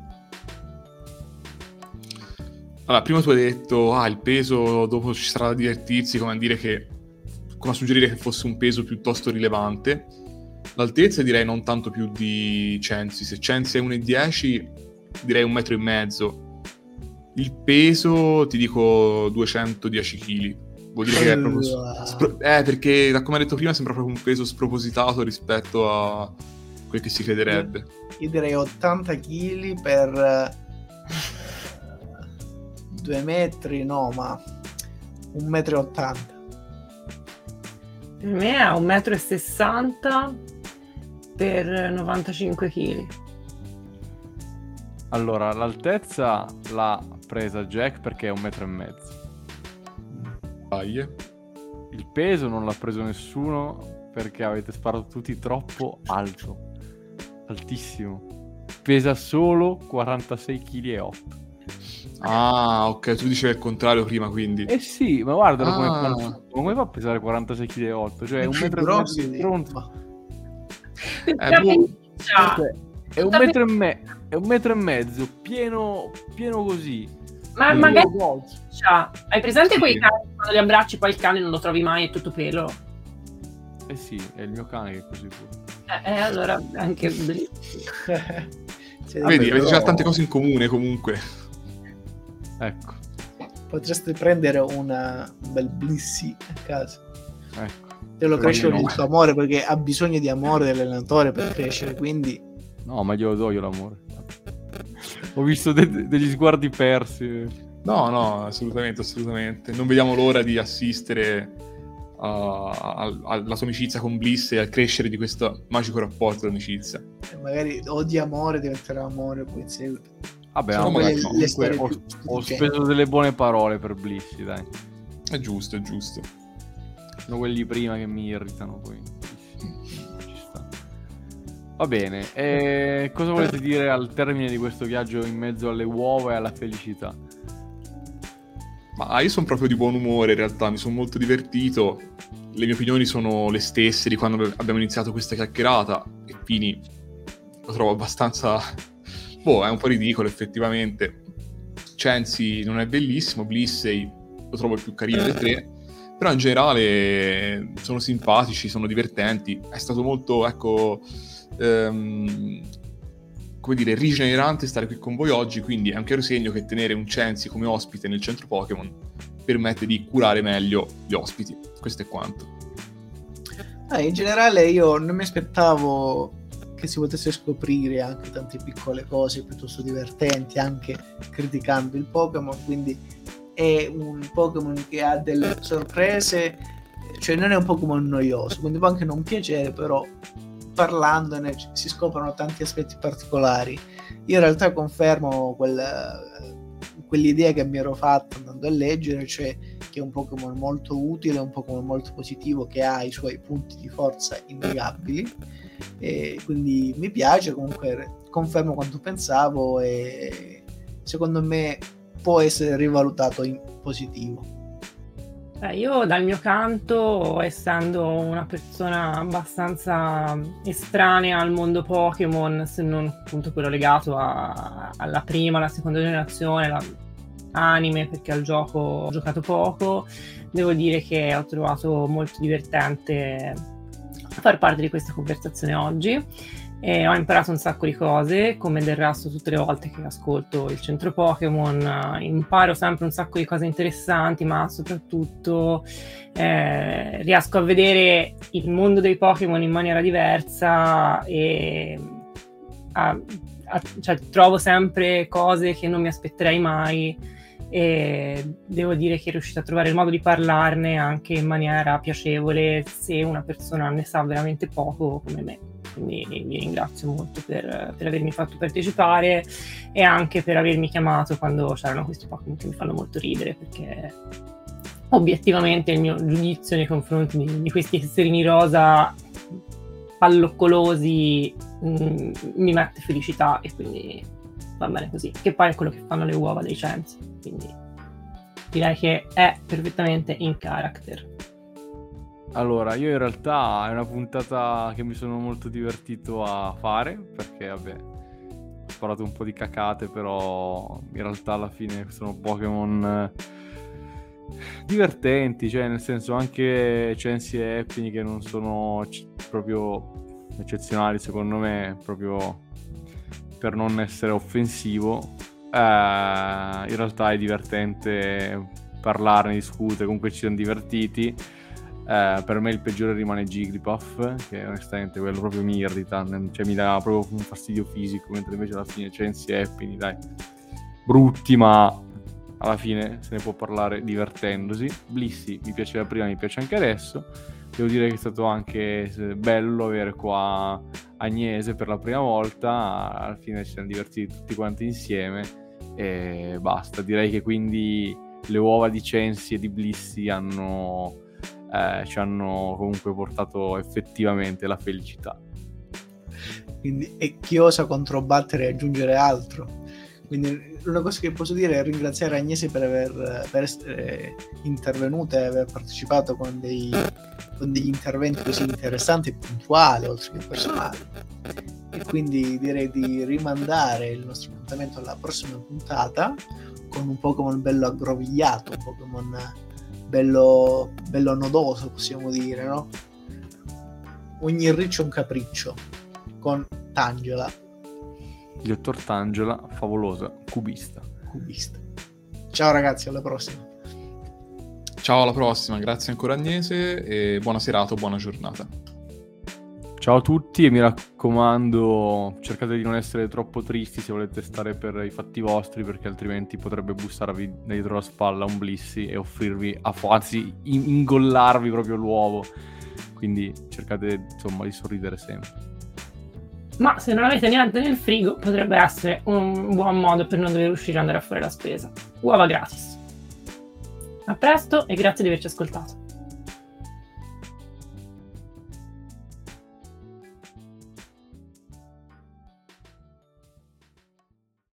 Allora, prima tu hai detto il peso, dopo ci sarà da divertirsi, come a suggerire che fosse un peso piuttosto rilevante. L'altezza direi non tanto più di Censi. Se Censi è 1,10 m, direi 1,5 m. Il peso ti dico 210 kg. Vuol dire che è proprio perché da come hai detto prima sembra proprio un peso spropositato rispetto a quel che si crederebbe.
Io direi 80 kg per 2 metri, no, ma 1,80 m.
Per me è 1,60 m per 95 kg.
Allora, l'altezza l'ha presa Jack perché è 1,5 m. Il peso non l'ha preso nessuno perché avete sparato tutti troppo alto. Altissimo. Pesa solo 46,8 kg.
Ah, ok, tu dicevi il contrario prima, quindi.
Sì, ma guardalo come fa a pesare 46,8 kg? Cioè, è 1,5 m di tronco. È 1,5 m. È 1,5 m, pieno così.
Ma magari hai presente quei cani quando li abbracci poi il cane non lo trovi mai, è tutto pelo?
Sì, è il mio cane che è così pure.
Allora anche
Vedi, avete già tante cose in comune comunque.
Ecco.
Potreste prendere un bel Blissey a casa.
Ecco.
Te lo
Però
cresce
io
con
no.
il tuo amore, perché ha bisogno di amore dell'allenatore per crescere, quindi
No, ma glielo do io l'amore. Ho visto degli sguardi persi.
No, assolutamente. Non vediamo l'ora di assistere alla sua amicizia con Bliss e al crescere di questo magico rapporto d'amicizia.
magari o di amore diventerà amore poi in seguito.
Vabbè,
Sono
no,
quelle
magari
le
comunque
storie
ho
più
speso delle buone parole per Blissey, dai.
È giusto.
Sono quelli prima che mi irritano, poi ci sta. Va bene, e cosa volete dire al termine di questo viaggio in mezzo alle uova e alla felicità?
Ma io sono proprio di buon umore in realtà, mi sono molto divertito, le mie opinioni sono le stesse di quando abbiamo iniziato questa chiacchierata e Pini lo trovo abbastanza... è un po' ridicolo effettivamente. Censi non è bellissimo, Blissey lo trovo il più carino dei tre, però in generale sono simpatici, sono divertenti, è stato molto, ecco... come dire, rigenerante stare qui con voi oggi, quindi è un chiaro segno che tenere un Censi come ospite nel centro Pokémon permette di curare meglio gli ospiti. Questo è quanto.
In generale io non mi aspettavo che si potesse scoprire anche tante piccole cose piuttosto divertenti, anche criticando il Pokémon, quindi è un Pokémon che ha delle sorprese, cioè non è un Pokémon noioso, quindi può anche non piacere, però parlandone si scoprono tanti aspetti particolari. Io in realtà confermo quell'idea che mi ero fatta andando a leggere, cioè che è un Pokémon molto utile, un Pokémon molto positivo, che ha i suoi punti di forza innegabili, e quindi mi piace, comunque confermo quanto pensavo e secondo me può essere rivalutato in positivo.
Io dal mio canto, essendo una persona abbastanza estranea al mondo Pokémon, se non appunto quello legato alla prima, alla seconda generazione, anime, perché al gioco ho giocato poco, devo dire che ho trovato molto divertente far parte di questa conversazione oggi. E ho imparato un sacco di cose, come del resto tutte le volte che ascolto il centro Pokémon imparo sempre un sacco di cose interessanti, ma soprattutto riesco a vedere il mondo dei Pokémon in maniera diversa e cioè, trovo sempre cose che non mi aspetterei mai, e devo dire che riuscito a trovare il modo di parlarne anche in maniera piacevole se una persona ne sa veramente poco come me. Quindi vi ringrazio molto per avermi fatto partecipare e anche per avermi chiamato quando c'erano questi Pokémon che mi fanno molto ridere, perché obiettivamente il mio giudizio nei confronti di questi esserini rosa palloccolosi mi mette felicità, e quindi va bene così, che poi è quello che fanno le uova dei Censi, quindi direi che è perfettamente in character.
Allora, io in realtà è una puntata che mi sono molto divertito a fare, perché vabbè, ho sparato un po' di cacate, però in realtà alla fine sono Pokémon divertenti, cioè nel senso anche Censi e Happiny, che non sono proprio eccezionali secondo me, proprio per non essere offensivo, in realtà è divertente parlarne, discutere, comunque ci siamo divertiti. Per me il peggiore rimane Jigglypuff, che onestamente quello proprio mi irrita, cioè mi dà proprio un fastidio fisico, mentre invece alla fine Censi e Happiny, dai, brutti, ma alla fine se ne può parlare divertendosi. Blissey mi piaceva prima, mi piace anche adesso. Devo dire che è stato anche bello avere qua Agnese per la prima volta, alla fine ci siamo divertiti tutti quanti insieme e basta. Direi che quindi le uova di Censi e di Blissey ci hanno comunque portato effettivamente la felicità.
Quindi, e chi osa controbattere e aggiungere altro? Quindi una cosa che posso dire è ringraziare Agnese per essere intervenuta e aver partecipato con degli interventi così interessanti e puntuali, oltre che personali. E quindi direi di rimandare il nostro appuntamento alla prossima puntata con un Pokémon bello aggrovigliato, un Pokémon bello nodoso, possiamo dire, no? Ogni riccio è un capriccio, con Tangela.
il dottor Tangela, favolosa cubista.
Ciao ragazzi, alla prossima.
Ciao, alla prossima, grazie ancora Agnese e buona serata o buona giornata.
Ciao a tutti e mi raccomando, cercate di non essere troppo tristi se volete stare per i fatti vostri, perché altrimenti potrebbe bussarvi dietro la spalla un Blissi e offrirvi, anzi ingollarvi proprio l'uovo. Quindi cercate insomma di sorridere sempre.
Ma se non avete niente nel frigo potrebbe essere un buon modo per non dover uscire e andare a fare la spesa. Uova gratis. A presto e grazie di averci ascoltato.